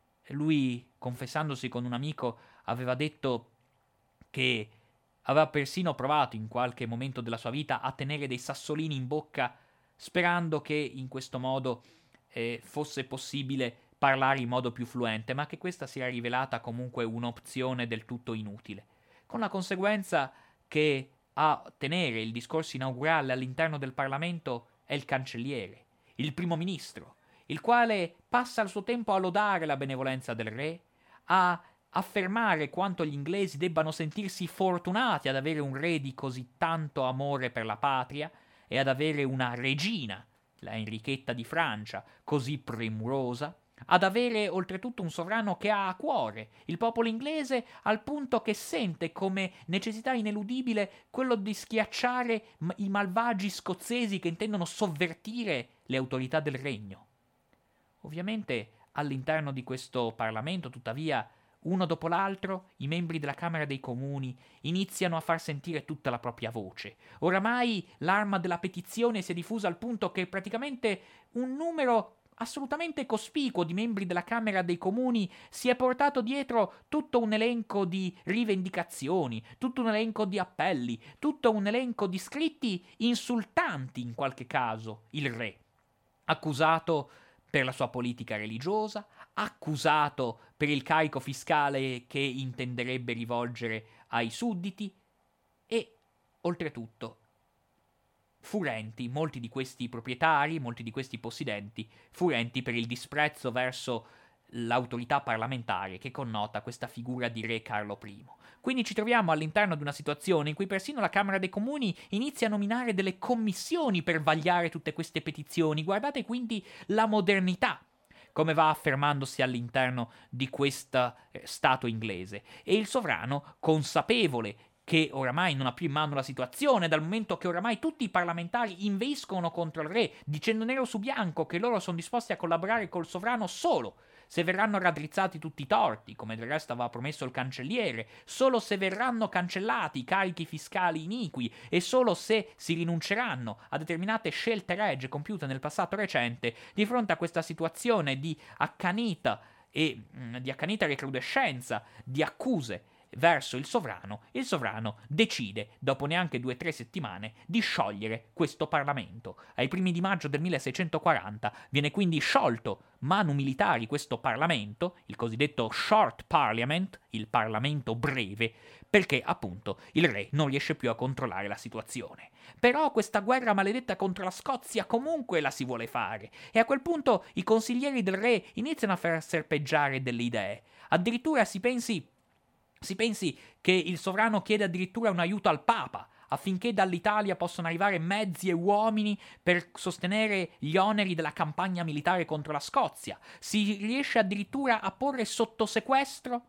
Lui, confessandosi con un amico, aveva detto che aveva persino provato in qualche momento della sua vita a tenere dei sassolini in bocca sperando che in questo modo eh, fosse possibile parlare in modo più fluente, ma che questa si era rivelata comunque un'opzione del tutto inutile, con la conseguenza che a tenere il discorso inaugurale all'interno del Parlamento è il cancelliere, il primo ministro, il quale passa il suo tempo a lodare la benevolenza del re, a affermare quanto gli inglesi debbano sentirsi fortunati ad avere un re di così tanto amore per la patria e ad avere una regina, la Enrichetta di Francia, così premurosa, ad avere oltretutto un sovrano che ha a cuore il popolo inglese al punto che sente come necessità ineludibile quello di schiacciare m- i malvagi scozzesi che intendono sovvertire le autorità del regno. Ovviamente all'interno di questo Parlamento, tuttavia, uno dopo l'altro, i membri della Camera dei Comuni iniziano a far sentire tutta la propria voce. Oramai l'arma della petizione si è diffusa al punto che praticamente un numero assolutamente cospicuo di membri della Camera dei Comuni si è portato dietro tutto un elenco di rivendicazioni, tutto un elenco di appelli, tutto un elenco di scritti insultanti in qualche caso il re, accusato per la sua politica religiosa, accusato per il carico fiscale che intenderebbe rivolgere ai sudditi e, oltretutto, furenti, molti di questi proprietari, molti di questi possidenti, furenti per il disprezzo verso l'autorità parlamentare che connota questa figura di re Carlo I. Quindi ci troviamo all'interno di una situazione in cui persino la Camera dei Comuni inizia a nominare delle commissioni per vagliare tutte queste petizioni. Guardate quindi la modernità come va affermandosi all'interno di questo eh, Stato inglese. E il sovrano, consapevole che oramai non ha più in mano la situazione, dal momento che oramai tutti i parlamentari invescono contro il re, dicendo nero su bianco che loro sono disposti a collaborare col sovrano solo se verranno raddrizzati tutti i torti, come del resto aveva promesso il cancelliere, solo se verranno cancellati i carichi fiscali iniqui e solo se si rinunceranno a determinate scelte regge compiute nel passato recente, di fronte a questa situazione di accanita e mh, di accanita recrudescenza di accuse verso il sovrano, il sovrano decide, dopo neanche due o tre settimane, di sciogliere questo Parlamento. Ai primi di maggio del milleseicentoquaranta viene quindi sciolto manu militari questo Parlamento, il cosiddetto Short Parliament, il Parlamento breve, perché appunto il re non riesce più a controllare la situazione. Però questa guerra maledetta contro la Scozia comunque la si vuole fare, e a quel punto i consiglieri del re iniziano a far serpeggiare delle idee. Addirittura si pensi Si pensi che il sovrano chiede addirittura un aiuto al Papa affinché dall'Italia possano arrivare mezzi e uomini per sostenere gli oneri della campagna militare contro la Scozia. Si riesce addirittura a porre sotto sequestro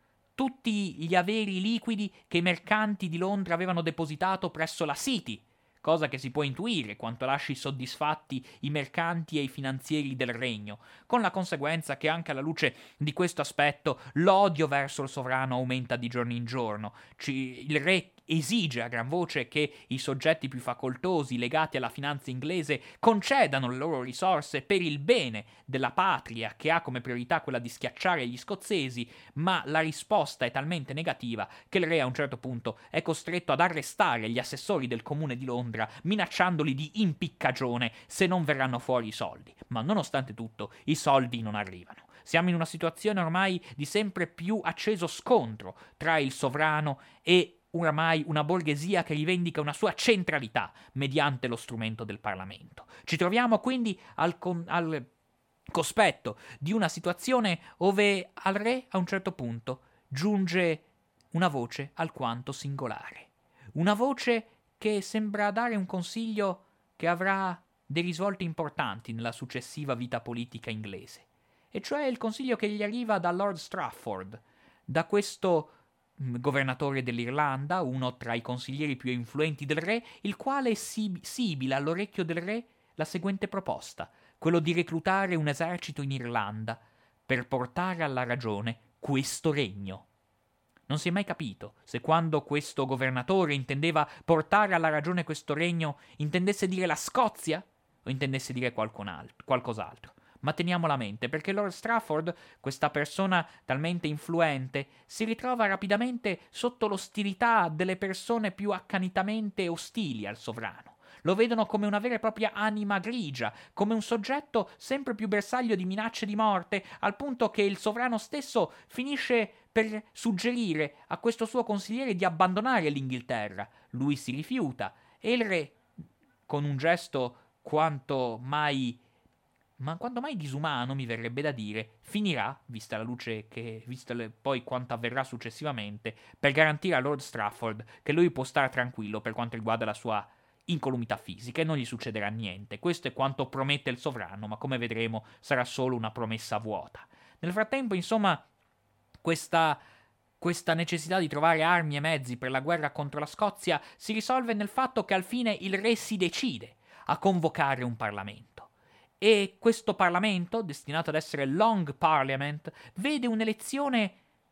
tutti gli averi liquidi che i mercanti di Londra avevano depositato presso la City, cosa che si può intuire quanto lasci soddisfatti i mercanti e i finanzieri del regno, con la conseguenza che anche alla luce di questo aspetto l'odio verso il sovrano aumenta di giorno in giorno. Ci, il re esige a gran voce che i soggetti più facoltosi legati alla finanza inglese concedano le loro risorse per il bene della patria, che ha come priorità quella di schiacciare gli scozzesi, ma la risposta è talmente negativa che il re a un certo punto è costretto ad arrestare gli assessori del comune di Londra, minacciandoli di impiccagione se non verranno fuori i soldi. Ma nonostante tutto i soldi non arrivano. Siamo in una situazione ormai di sempre più acceso scontro tra il sovrano e oramai una borghesia che rivendica una sua centralità mediante lo strumento del Parlamento. Ci troviamo quindi al, con- al cospetto di una situazione dove al re a un certo punto giunge una voce alquanto singolare. Una voce che sembra dare un consiglio che avrà dei risvolti importanti nella successiva vita politica inglese, e cioè il consiglio che gli arriva da Lord Strafford, da questo governatore dell'Irlanda, uno tra i consiglieri più influenti del re, il quale si- sibila all'orecchio del re la seguente proposta, quello di reclutare un esercito in Irlanda per portare alla ragione questo regno. Non si è mai capito se quando questo governatore intendeva portare alla ragione questo regno intendesse dire la Scozia o intendesse dire qualcos'altro. Ma teniamola a mente, perché Lord Strafford, questa persona talmente influente, si ritrova rapidamente sotto l'ostilità delle persone più accanitamente ostili al sovrano. lo vedono come una vera e propria anima grigia, come un soggetto sempre più bersaglio di minacce di morte, al punto che il sovrano stesso finisce per suggerire a questo suo consigliere di abbandonare l'Inghilterra. Lui si rifiuta e il re, con un gesto quanto mai ma quanto mai disumano, mi verrebbe da dire, finirà, vista la luce che, vista le, poi quanto avverrà successivamente, per garantire a Lord Strafford che lui può stare tranquillo per quanto riguarda la sua incolumità fisica e non gli succederà niente. Questo è quanto promette il sovrano, ma come vedremo sarà solo una promessa vuota. Nel frattempo, insomma, questa questa necessità di trovare armi e mezzi per la guerra contro la Scozia si risolve nel fatto che al fine il re si decide a convocare un Parlamento. E questo Parlamento, destinato ad essere Long Parliament, vede un'elezione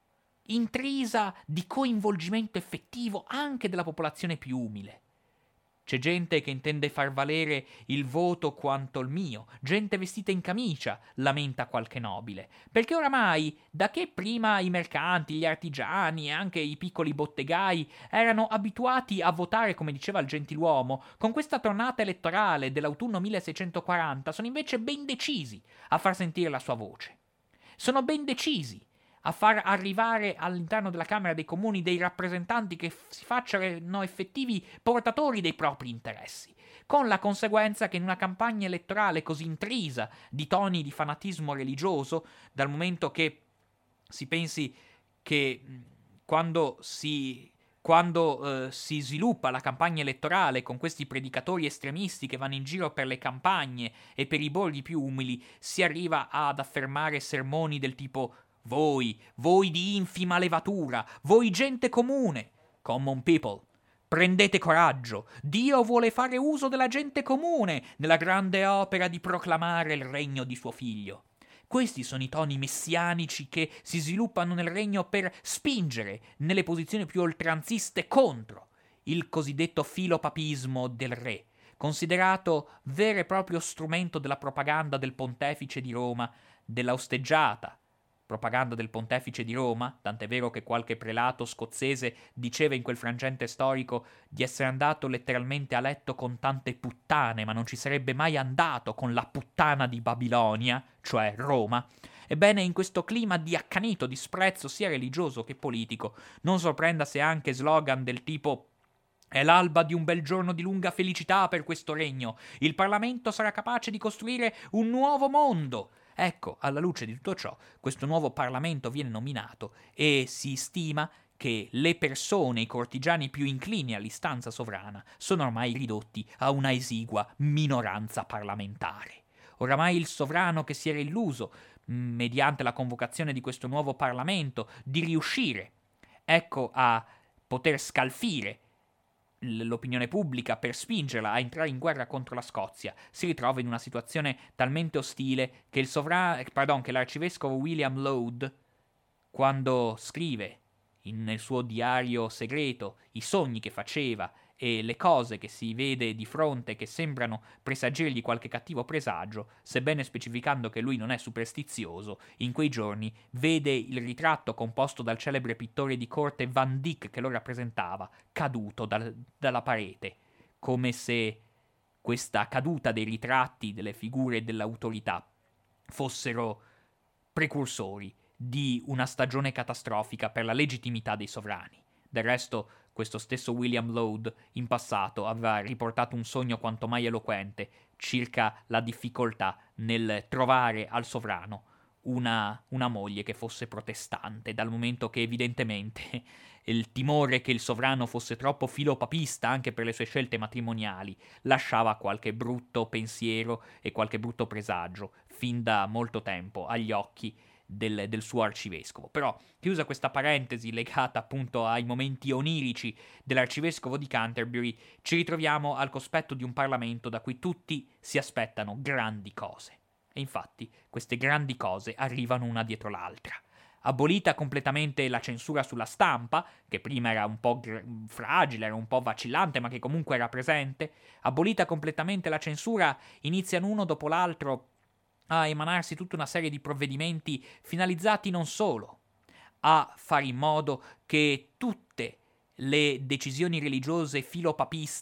intrisa di coinvolgimento effettivo anche della popolazione più umile. C'è gente che intende far valere il voto quanto il mio, gente vestita in camicia, lamenta qualche nobile, perché oramai, da che prima i mercanti, gli artigiani e anche i piccoli bottegai erano abituati a votare come diceva il gentiluomo, con questa tornata elettorale dell'autunno milleseicentoquaranta sono invece ben decisi a far sentire la sua voce. Sono ben decisi a far arrivare all'interno della Camera dei Comuni dei rappresentanti che f- si facciano effettivi portatori dei propri interessi, con la conseguenza che in una campagna elettorale così intrisa di toni di fanatismo religioso, dal momento che si pensi che quando si quando eh, si sviluppa la campagna elettorale con questi predicatori estremisti che vanno in giro per le campagne e per i borghi più umili, si arriva ad affermare sermoni del tipo voi, voi di infima levatura, voi gente comune, common people, prendete coraggio, Dio vuole fare uso della gente comune nella grande opera di proclamare il regno di suo figlio. Questi sono i toni messianici che si sviluppano nel regno per spingere nelle posizioni più oltranziste contro il cosiddetto filopapismo del re, considerato vero e proprio strumento della propaganda del pontefice di Roma, della osteggiata propaganda del pontefice di Roma, tant'è vero che qualche prelato scozzese diceva in quel frangente storico di essere andato letteralmente a letto con tante puttane, ma non ci sarebbe mai andato con la puttana di Babilonia, cioè Roma. Ebbene, in questo clima di accanito disprezzo sia religioso che politico, non sorprenda se anche slogan del tipo è l'alba di un bel giorno di lunga felicità per questo regno. Il Parlamento sarà capace di costruire un nuovo mondo. Ecco, alla luce di tutto ciò, questo nuovo Parlamento viene nominato e si stima che le persone, i cortigiani più inclini all'istanza sovrana, sono ormai ridotti a una esigua minoranza parlamentare. Oramai il sovrano che si era illuso, mediante la convocazione di questo nuovo Parlamento, di riuscire, ecco, a poter scalfire l'opinione pubblica per spingerla a entrare in guerra contro la Scozia, si ritrova in una situazione talmente ostile che il sovrano, pardon, che l'arcivescovo William Laud, quando scrive in, nel suo diario segreto i sogni che faceva e le cose che si vede di fronte che sembrano presagirgli qualche cattivo presagio, sebbene specificando che lui non è superstizioso, in quei giorni vede il ritratto composto dal celebre pittore di corte Van Dyck che lo rappresentava, caduto dal, dalla parete, come se questa caduta dei ritratti delle figure dell'autorità fossero precursori di una stagione catastrofica per la legittimità dei sovrani. Del resto, questo stesso William Laud in passato aveva riportato un sogno quanto mai eloquente circa la difficoltà nel trovare al sovrano una, una moglie che fosse protestante, dal momento che evidentemente il timore che il sovrano fosse troppo filopapista anche per le sue scelte matrimoniali lasciava qualche brutto pensiero e qualche brutto presagio fin da molto tempo agli occhi Del, del suo arcivescovo. Però, chiusa questa parentesi legata appunto ai momenti onirici dell'arcivescovo di Canterbury, ci ritroviamo al cospetto di un Parlamento da cui tutti si aspettano grandi cose. E infatti queste grandi cose arrivano una dietro l'altra. Abolita completamente la censura sulla stampa, che prima era un po' gr- fragile, era un po' vacillante, ma che comunque era presente, abolita completamente la censura, iniziano uno dopo l'altro a emanarsi tutta una serie di provvedimenti finalizzati non solo a fare in modo che tutte le decisioni religiose filopapiste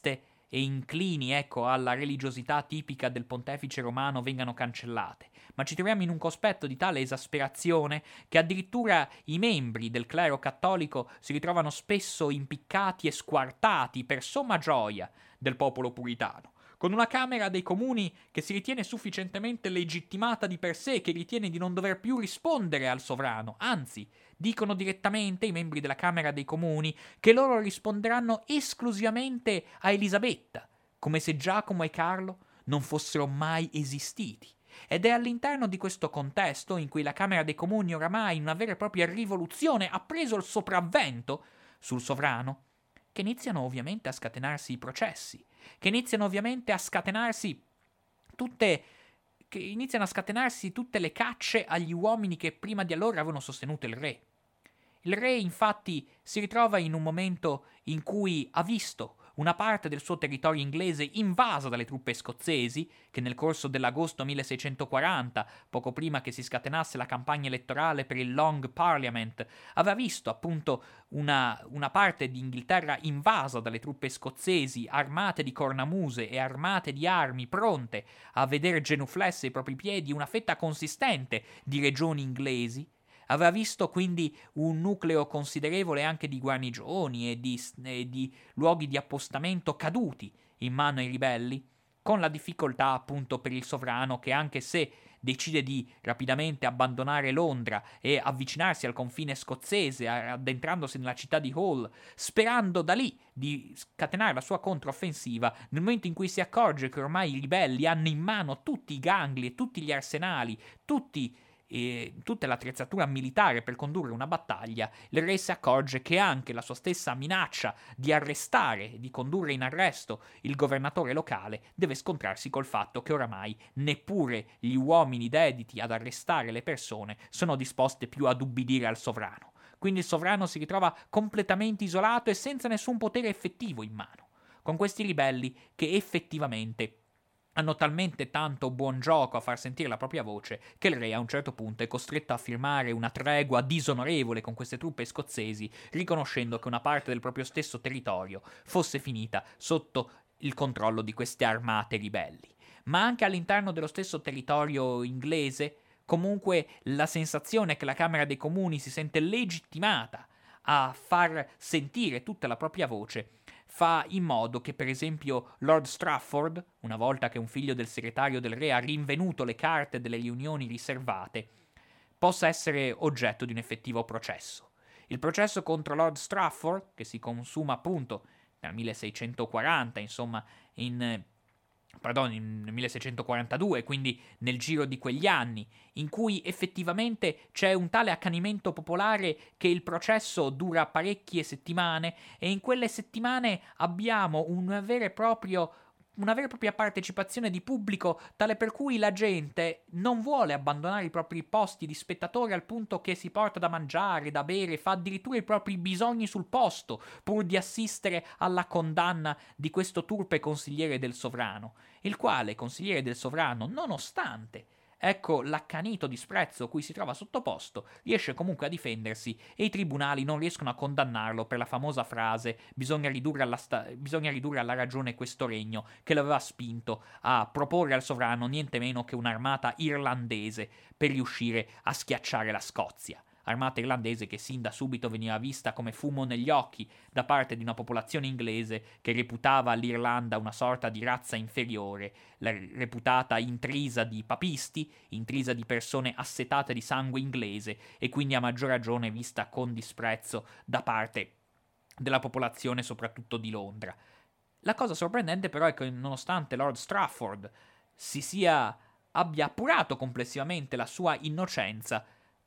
e inclini, ecco, alla religiosità tipica del pontefice romano vengano cancellate, ma ci troviamo in un cospetto di tale esasperazione che addirittura i membri del clero cattolico si ritrovano spesso impiccati e squartati per somma gioia del popolo puritano, con una Camera dei Comuni che si ritiene sufficientemente legittimata di per sé, che ritiene di non dover più rispondere al sovrano, anzi, dicono direttamente i membri della Camera dei Comuni che loro risponderanno esclusivamente a Elisabetta, come se Giacomo e Carlo non fossero mai esistiti. Ed è all'interno di questo contesto in cui la Camera dei Comuni oramai in una vera e propria rivoluzione ha preso il sopravvento sul sovrano, che iniziano ovviamente a scatenarsi i processi, che iniziano ovviamente a scatenarsi tutte che iniziano a scatenarsi tutte le cacce agli uomini che prima di allora avevano sostenuto il re. Il re, infatti, si ritrova in un momento in cui ha visto una parte del suo territorio inglese invasa dalle truppe scozzesi, che nel corso dell'agosto milleseicentoquaranta, poco prima che si scatenasse la campagna elettorale per il Long Parliament, aveva visto appunto una, una parte di Inghilterra invasa dalle truppe scozzesi, armate di cornamuse e armate di armi, pronte a vedere genuflesse ai propri piedi una fetta consistente di regioni inglesi. Aveva visto quindi un nucleo considerevole anche di guarnigioni e di, e di luoghi di appostamento caduti in mano ai ribelli, con la difficoltà appunto per il sovrano che, anche se decide di rapidamente abbandonare Londra e avvicinarsi al confine scozzese, addentrandosi nella città di Hull, sperando da lì di scatenare la sua controffensiva, nel momento in cui si accorge che ormai i ribelli hanno in mano tutti i gangli e tutti gli arsenali, tutti e tutta l'attrezzatura militare per condurre una battaglia, il re si accorge che anche la sua stessa minaccia di arrestare, di condurre in arresto il governatore locale, deve scontrarsi col fatto che oramai neppure gli uomini dediti ad arrestare le persone sono disposti più ad ubbidire al sovrano. Quindi il sovrano si ritrova completamente isolato e senza nessun potere effettivo in mano, con questi ribelli che effettivamente hanno talmente tanto buon gioco a far sentire la propria voce che il re a un certo punto è costretto a firmare una tregua disonorevole con queste truppe scozzesi, riconoscendo che una parte del proprio stesso territorio fosse finita sotto il controllo di queste armate ribelli. Ma anche all'interno dello stesso territorio inglese, comunque la sensazione che la Camera dei Comuni si sente legittimata a far sentire tutta la propria voce fa in modo che, per esempio, Lord Strafford, una volta che un figlio del segretario del re ha rinvenuto le carte delle riunioni riservate, possa essere oggetto di un effettivo processo. Il processo contro Lord Strafford, che si consuma appunto nel milleseicentoquaranta, insomma, in Pardon, nel milleseicentoquarantadue, quindi nel giro di quegli anni, in cui effettivamente c'è un tale accanimento popolare che il processo dura parecchie settimane e in quelle settimane abbiamo un vero e proprio una vera e propria partecipazione di pubblico, tale per cui la gente non vuole abbandonare i propri posti di spettatore al punto che si porta da mangiare, da bere, fa addirittura i propri bisogni sul posto, pur di assistere alla condanna di questo turpe consigliere del sovrano, il quale, consigliere del sovrano, nonostante ecco l'accanito disprezzo cui si trova sottoposto, riesce comunque a difendersi e i tribunali non riescono a condannarlo per la famosa frase bisogna ridurre alla, sta- bisogna ridurre alla ragione questo regno, che l'aveva spinto a proporre al sovrano niente meno che un'armata irlandese per riuscire a schiacciare la Scozia. Armata irlandese che sin da subito veniva vista come fumo negli occhi da parte di una popolazione inglese che reputava l'Irlanda una sorta di razza inferiore, la reputata intrisa di papisti, intrisa di persone assetate di sangue inglese e quindi a maggior ragione vista con disprezzo da parte della popolazione soprattutto di Londra. La cosa sorprendente però è che nonostante Lord Strafford si sia abbia appurato complessivamente la sua innocenza,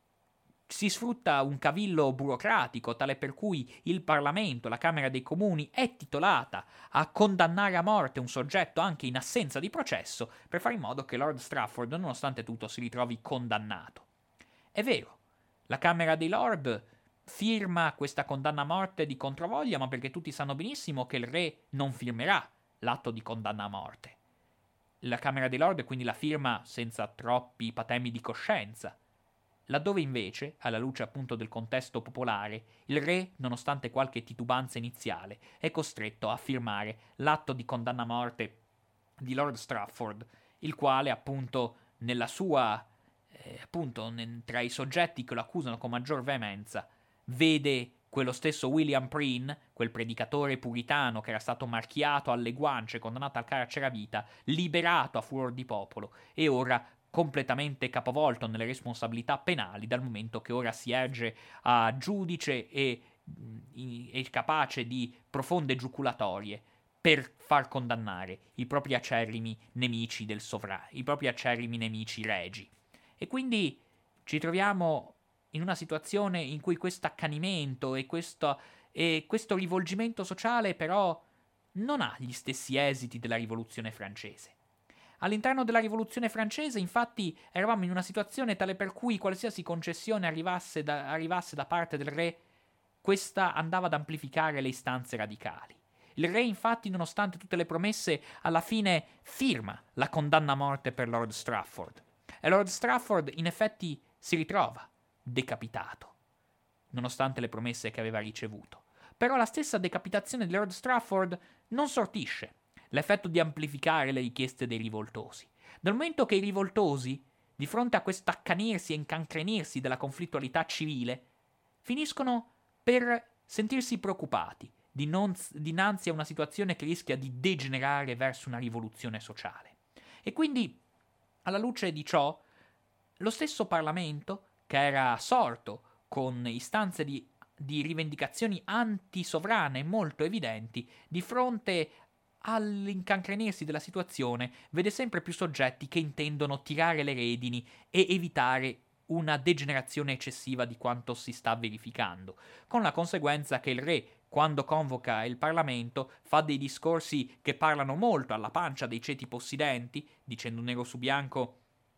si sfrutta un cavillo burocratico tale per cui il Parlamento, la Camera dei Comuni, è titolata a condannare a morte un soggetto anche in assenza di processo per fare in modo che Lord Strafford, nonostante tutto, si ritrovi condannato. È vero, la Camera dei Lord firma questa condanna a morte di controvoglia, ma perché tutti sanno benissimo che il re non firmerà l'atto di condanna a morte. La Camera dei Lord quindi la firma senza troppi patemi di coscienza. laddove invece, alla luce appunto del contesto popolare, il re, nonostante qualche titubanza iniziale, è costretto a firmare l'atto di condanna a morte di Lord Strafford, il quale appunto nella sua eh, appunto ne- tra i soggetti che lo accusano con maggior veemenza vede quello stesso William Preen, quel predicatore puritano che era stato marchiato alle guance, condannato al carcere a vita, liberato a furor di popolo e ora completamente capovolto nelle responsabilità penali, dal momento che ora si erge a giudice e è capace di profonde giuculatorie per far condannare i propri acerrimi nemici del sovrano, i propri acerrimi nemici regi. E quindi ci troviamo in una situazione in cui questo accanimento e questo, e questo rivolgimento sociale però non ha gli stessi esiti della rivoluzione francese. All'interno della rivoluzione francese, infatti, eravamo in una situazione tale per cui qualsiasi concessione arrivasse da, arrivasse da parte del re, questa andava ad amplificare le istanze radicali. Il re, infatti, nonostante tutte le promesse, alla fine firma la condanna a morte per Lord Strafford. E Lord Strafford, in effetti, si ritrova decapitato, nonostante le promesse che aveva ricevuto. Però la stessa decapitazione di Lord Strafford non sortisce l'effetto di amplificare le richieste dei rivoltosi. Dal momento che i rivoltosi, di fronte a questo accanirsi e incancrenirsi della conflittualità civile, finiscono per sentirsi preoccupati di non, dinanzi a una situazione che rischia di degenerare verso una rivoluzione sociale. E quindi, alla luce di ciò, lo stesso Parlamento, che era sorto con istanze di, di rivendicazioni antisovrane molto evidenti, di fronte all'incancrenirsi della situazione, vede sempre più soggetti che intendono tirare le redini e evitare una degenerazione eccessiva di quanto si sta verificando, con la conseguenza che il re, quando convoca il Parlamento, fa dei discorsi che parlano molto alla pancia dei ceti possidenti, dicendo nero su bianco: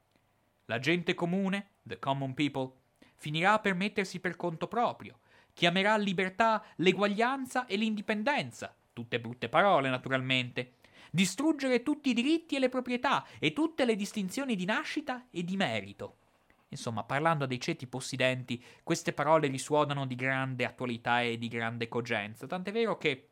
la gente comune, the common people, finirà per mettersi per conto proprio, chiamerà libertà l'eguaglianza e l'indipendenza, tutte brutte parole naturalmente, distruggere tutti i diritti e le proprietà e tutte le distinzioni di nascita e di merito. Insomma, parlando dei ceti possidenti, queste parole risuonano di grande attualità e di grande cogenza, tant'è vero che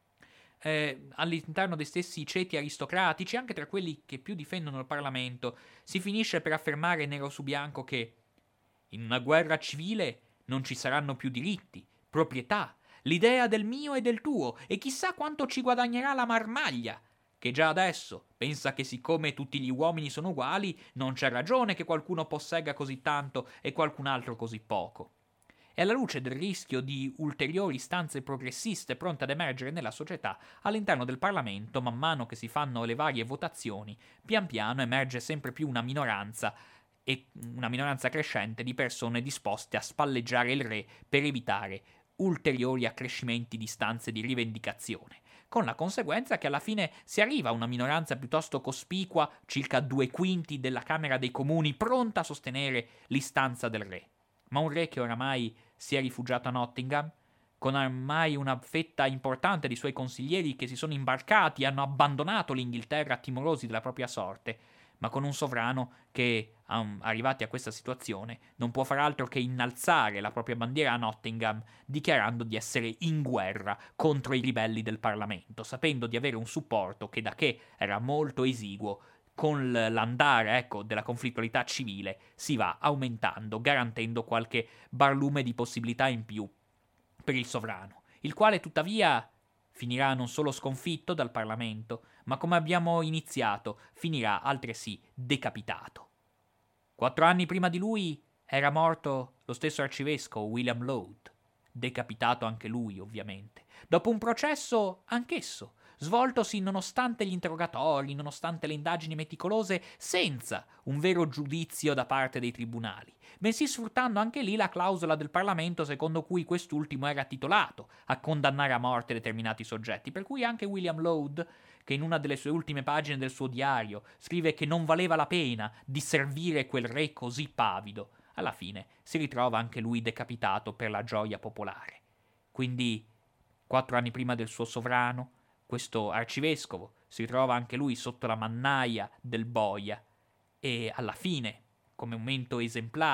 eh, all'interno dei stessi ceti aristocratici, anche tra quelli che più difendono il Parlamento, si finisce per affermare nero su bianco che in una guerra civile non ci saranno più diritti, proprietà, l'idea del mio e del tuo, e chissà quanto ci guadagnerà la marmaglia, che già adesso pensa che siccome tutti gli uomini sono uguali, non c'è ragione che qualcuno possegga così tanto e qualcun altro così poco. E alla luce del rischio di ulteriori istanze progressiste pronte ad emergere nella società, all'interno del Parlamento, man mano che si fanno le varie votazioni, pian piano emerge sempre più una minoranza e una minoranza crescente di persone disposte a spalleggiare il re per evitare ulteriori accrescimenti di istanze di rivendicazione, con la conseguenza che alla fine si arriva a una minoranza piuttosto cospicua, circa due quinti della Camera dei Comuni, pronta a sostenere l'istanza del re. Ma un re che oramai si è rifugiato a Nottingham, con ormai una fetta importante di suoi consiglieri che si sono imbarcati e hanno abbandonato l'Inghilterra timorosi della propria sorte, ma con un sovrano che, um, arrivati a questa situazione, non può far altro che innalzare la propria bandiera a Nottingham, dichiarando di essere in guerra contro i ribelli del Parlamento, sapendo di avere un supporto che da che era molto esiguo, con l'andare, ecco, della conflittualità civile si va aumentando, garantendo qualche barlume di possibilità in più per il sovrano, il quale tuttavia finirà non solo sconfitto dal Parlamento, ma come abbiamo iniziato, finirà altresì decapitato. Quattro anni prima di lui era morto lo stesso arcivescovo William Laud, decapitato anche lui, ovviamente, dopo un processo anch'esso svoltosi nonostante gli interrogatori, nonostante le indagini meticolose, senza un vero giudizio da parte dei tribunali, bensì sfruttando anche lì la clausola del Parlamento secondo cui quest'ultimo era titolato a condannare a morte determinati soggetti, per cui anche William Laud, che in una delle sue ultime pagine del suo diario scrive che non valeva la pena di servire quel re così pavido, alla fine si ritrova anche lui decapitato per la gioia popolare. Quindi, quattro anni prima del suo sovrano, questo arcivescovo si trova anche lui sotto la mannaia del boia e alla fine, come momento esemplare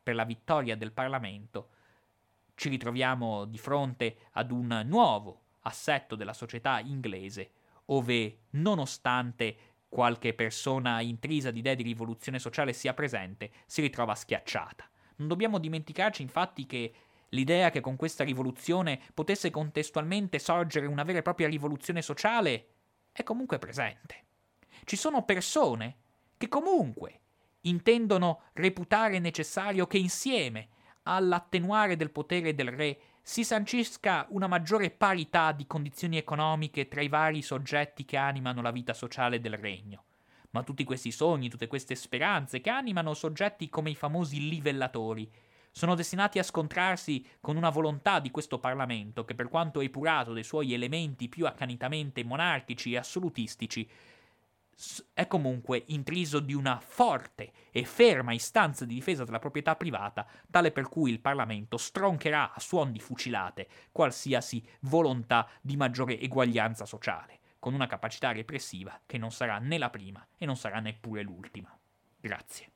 per la vittoria del Parlamento, ci ritroviamo di fronte ad un nuovo assetto della società inglese, ove, nonostante qualche persona intrisa di idee di rivoluzione sociale sia presente, si ritrova schiacciata. Non dobbiamo dimenticarci infatti che l'idea che con questa rivoluzione potesse contestualmente sorgere una vera e propria rivoluzione sociale è comunque presente. Ci sono persone che comunque intendono reputare necessario che insieme all'attenuare del potere del re si sancisca una maggiore parità di condizioni economiche tra i vari soggetti che animano la vita sociale del regno. Ma tutti questi sogni, tutte queste speranze che animano soggetti come i famosi livellatori sono destinati a scontrarsi con una volontà di questo Parlamento che, per quanto epurato dei suoi elementi più accanitamente monarchici e assolutistici, è comunque intriso di una forte e ferma istanza di difesa della proprietà privata, tale per cui il Parlamento stroncherà a suon di fucilate qualsiasi volontà di maggiore eguaglianza sociale, con una capacità repressiva che non sarà né la prima e non sarà neppure l'ultima. Grazie.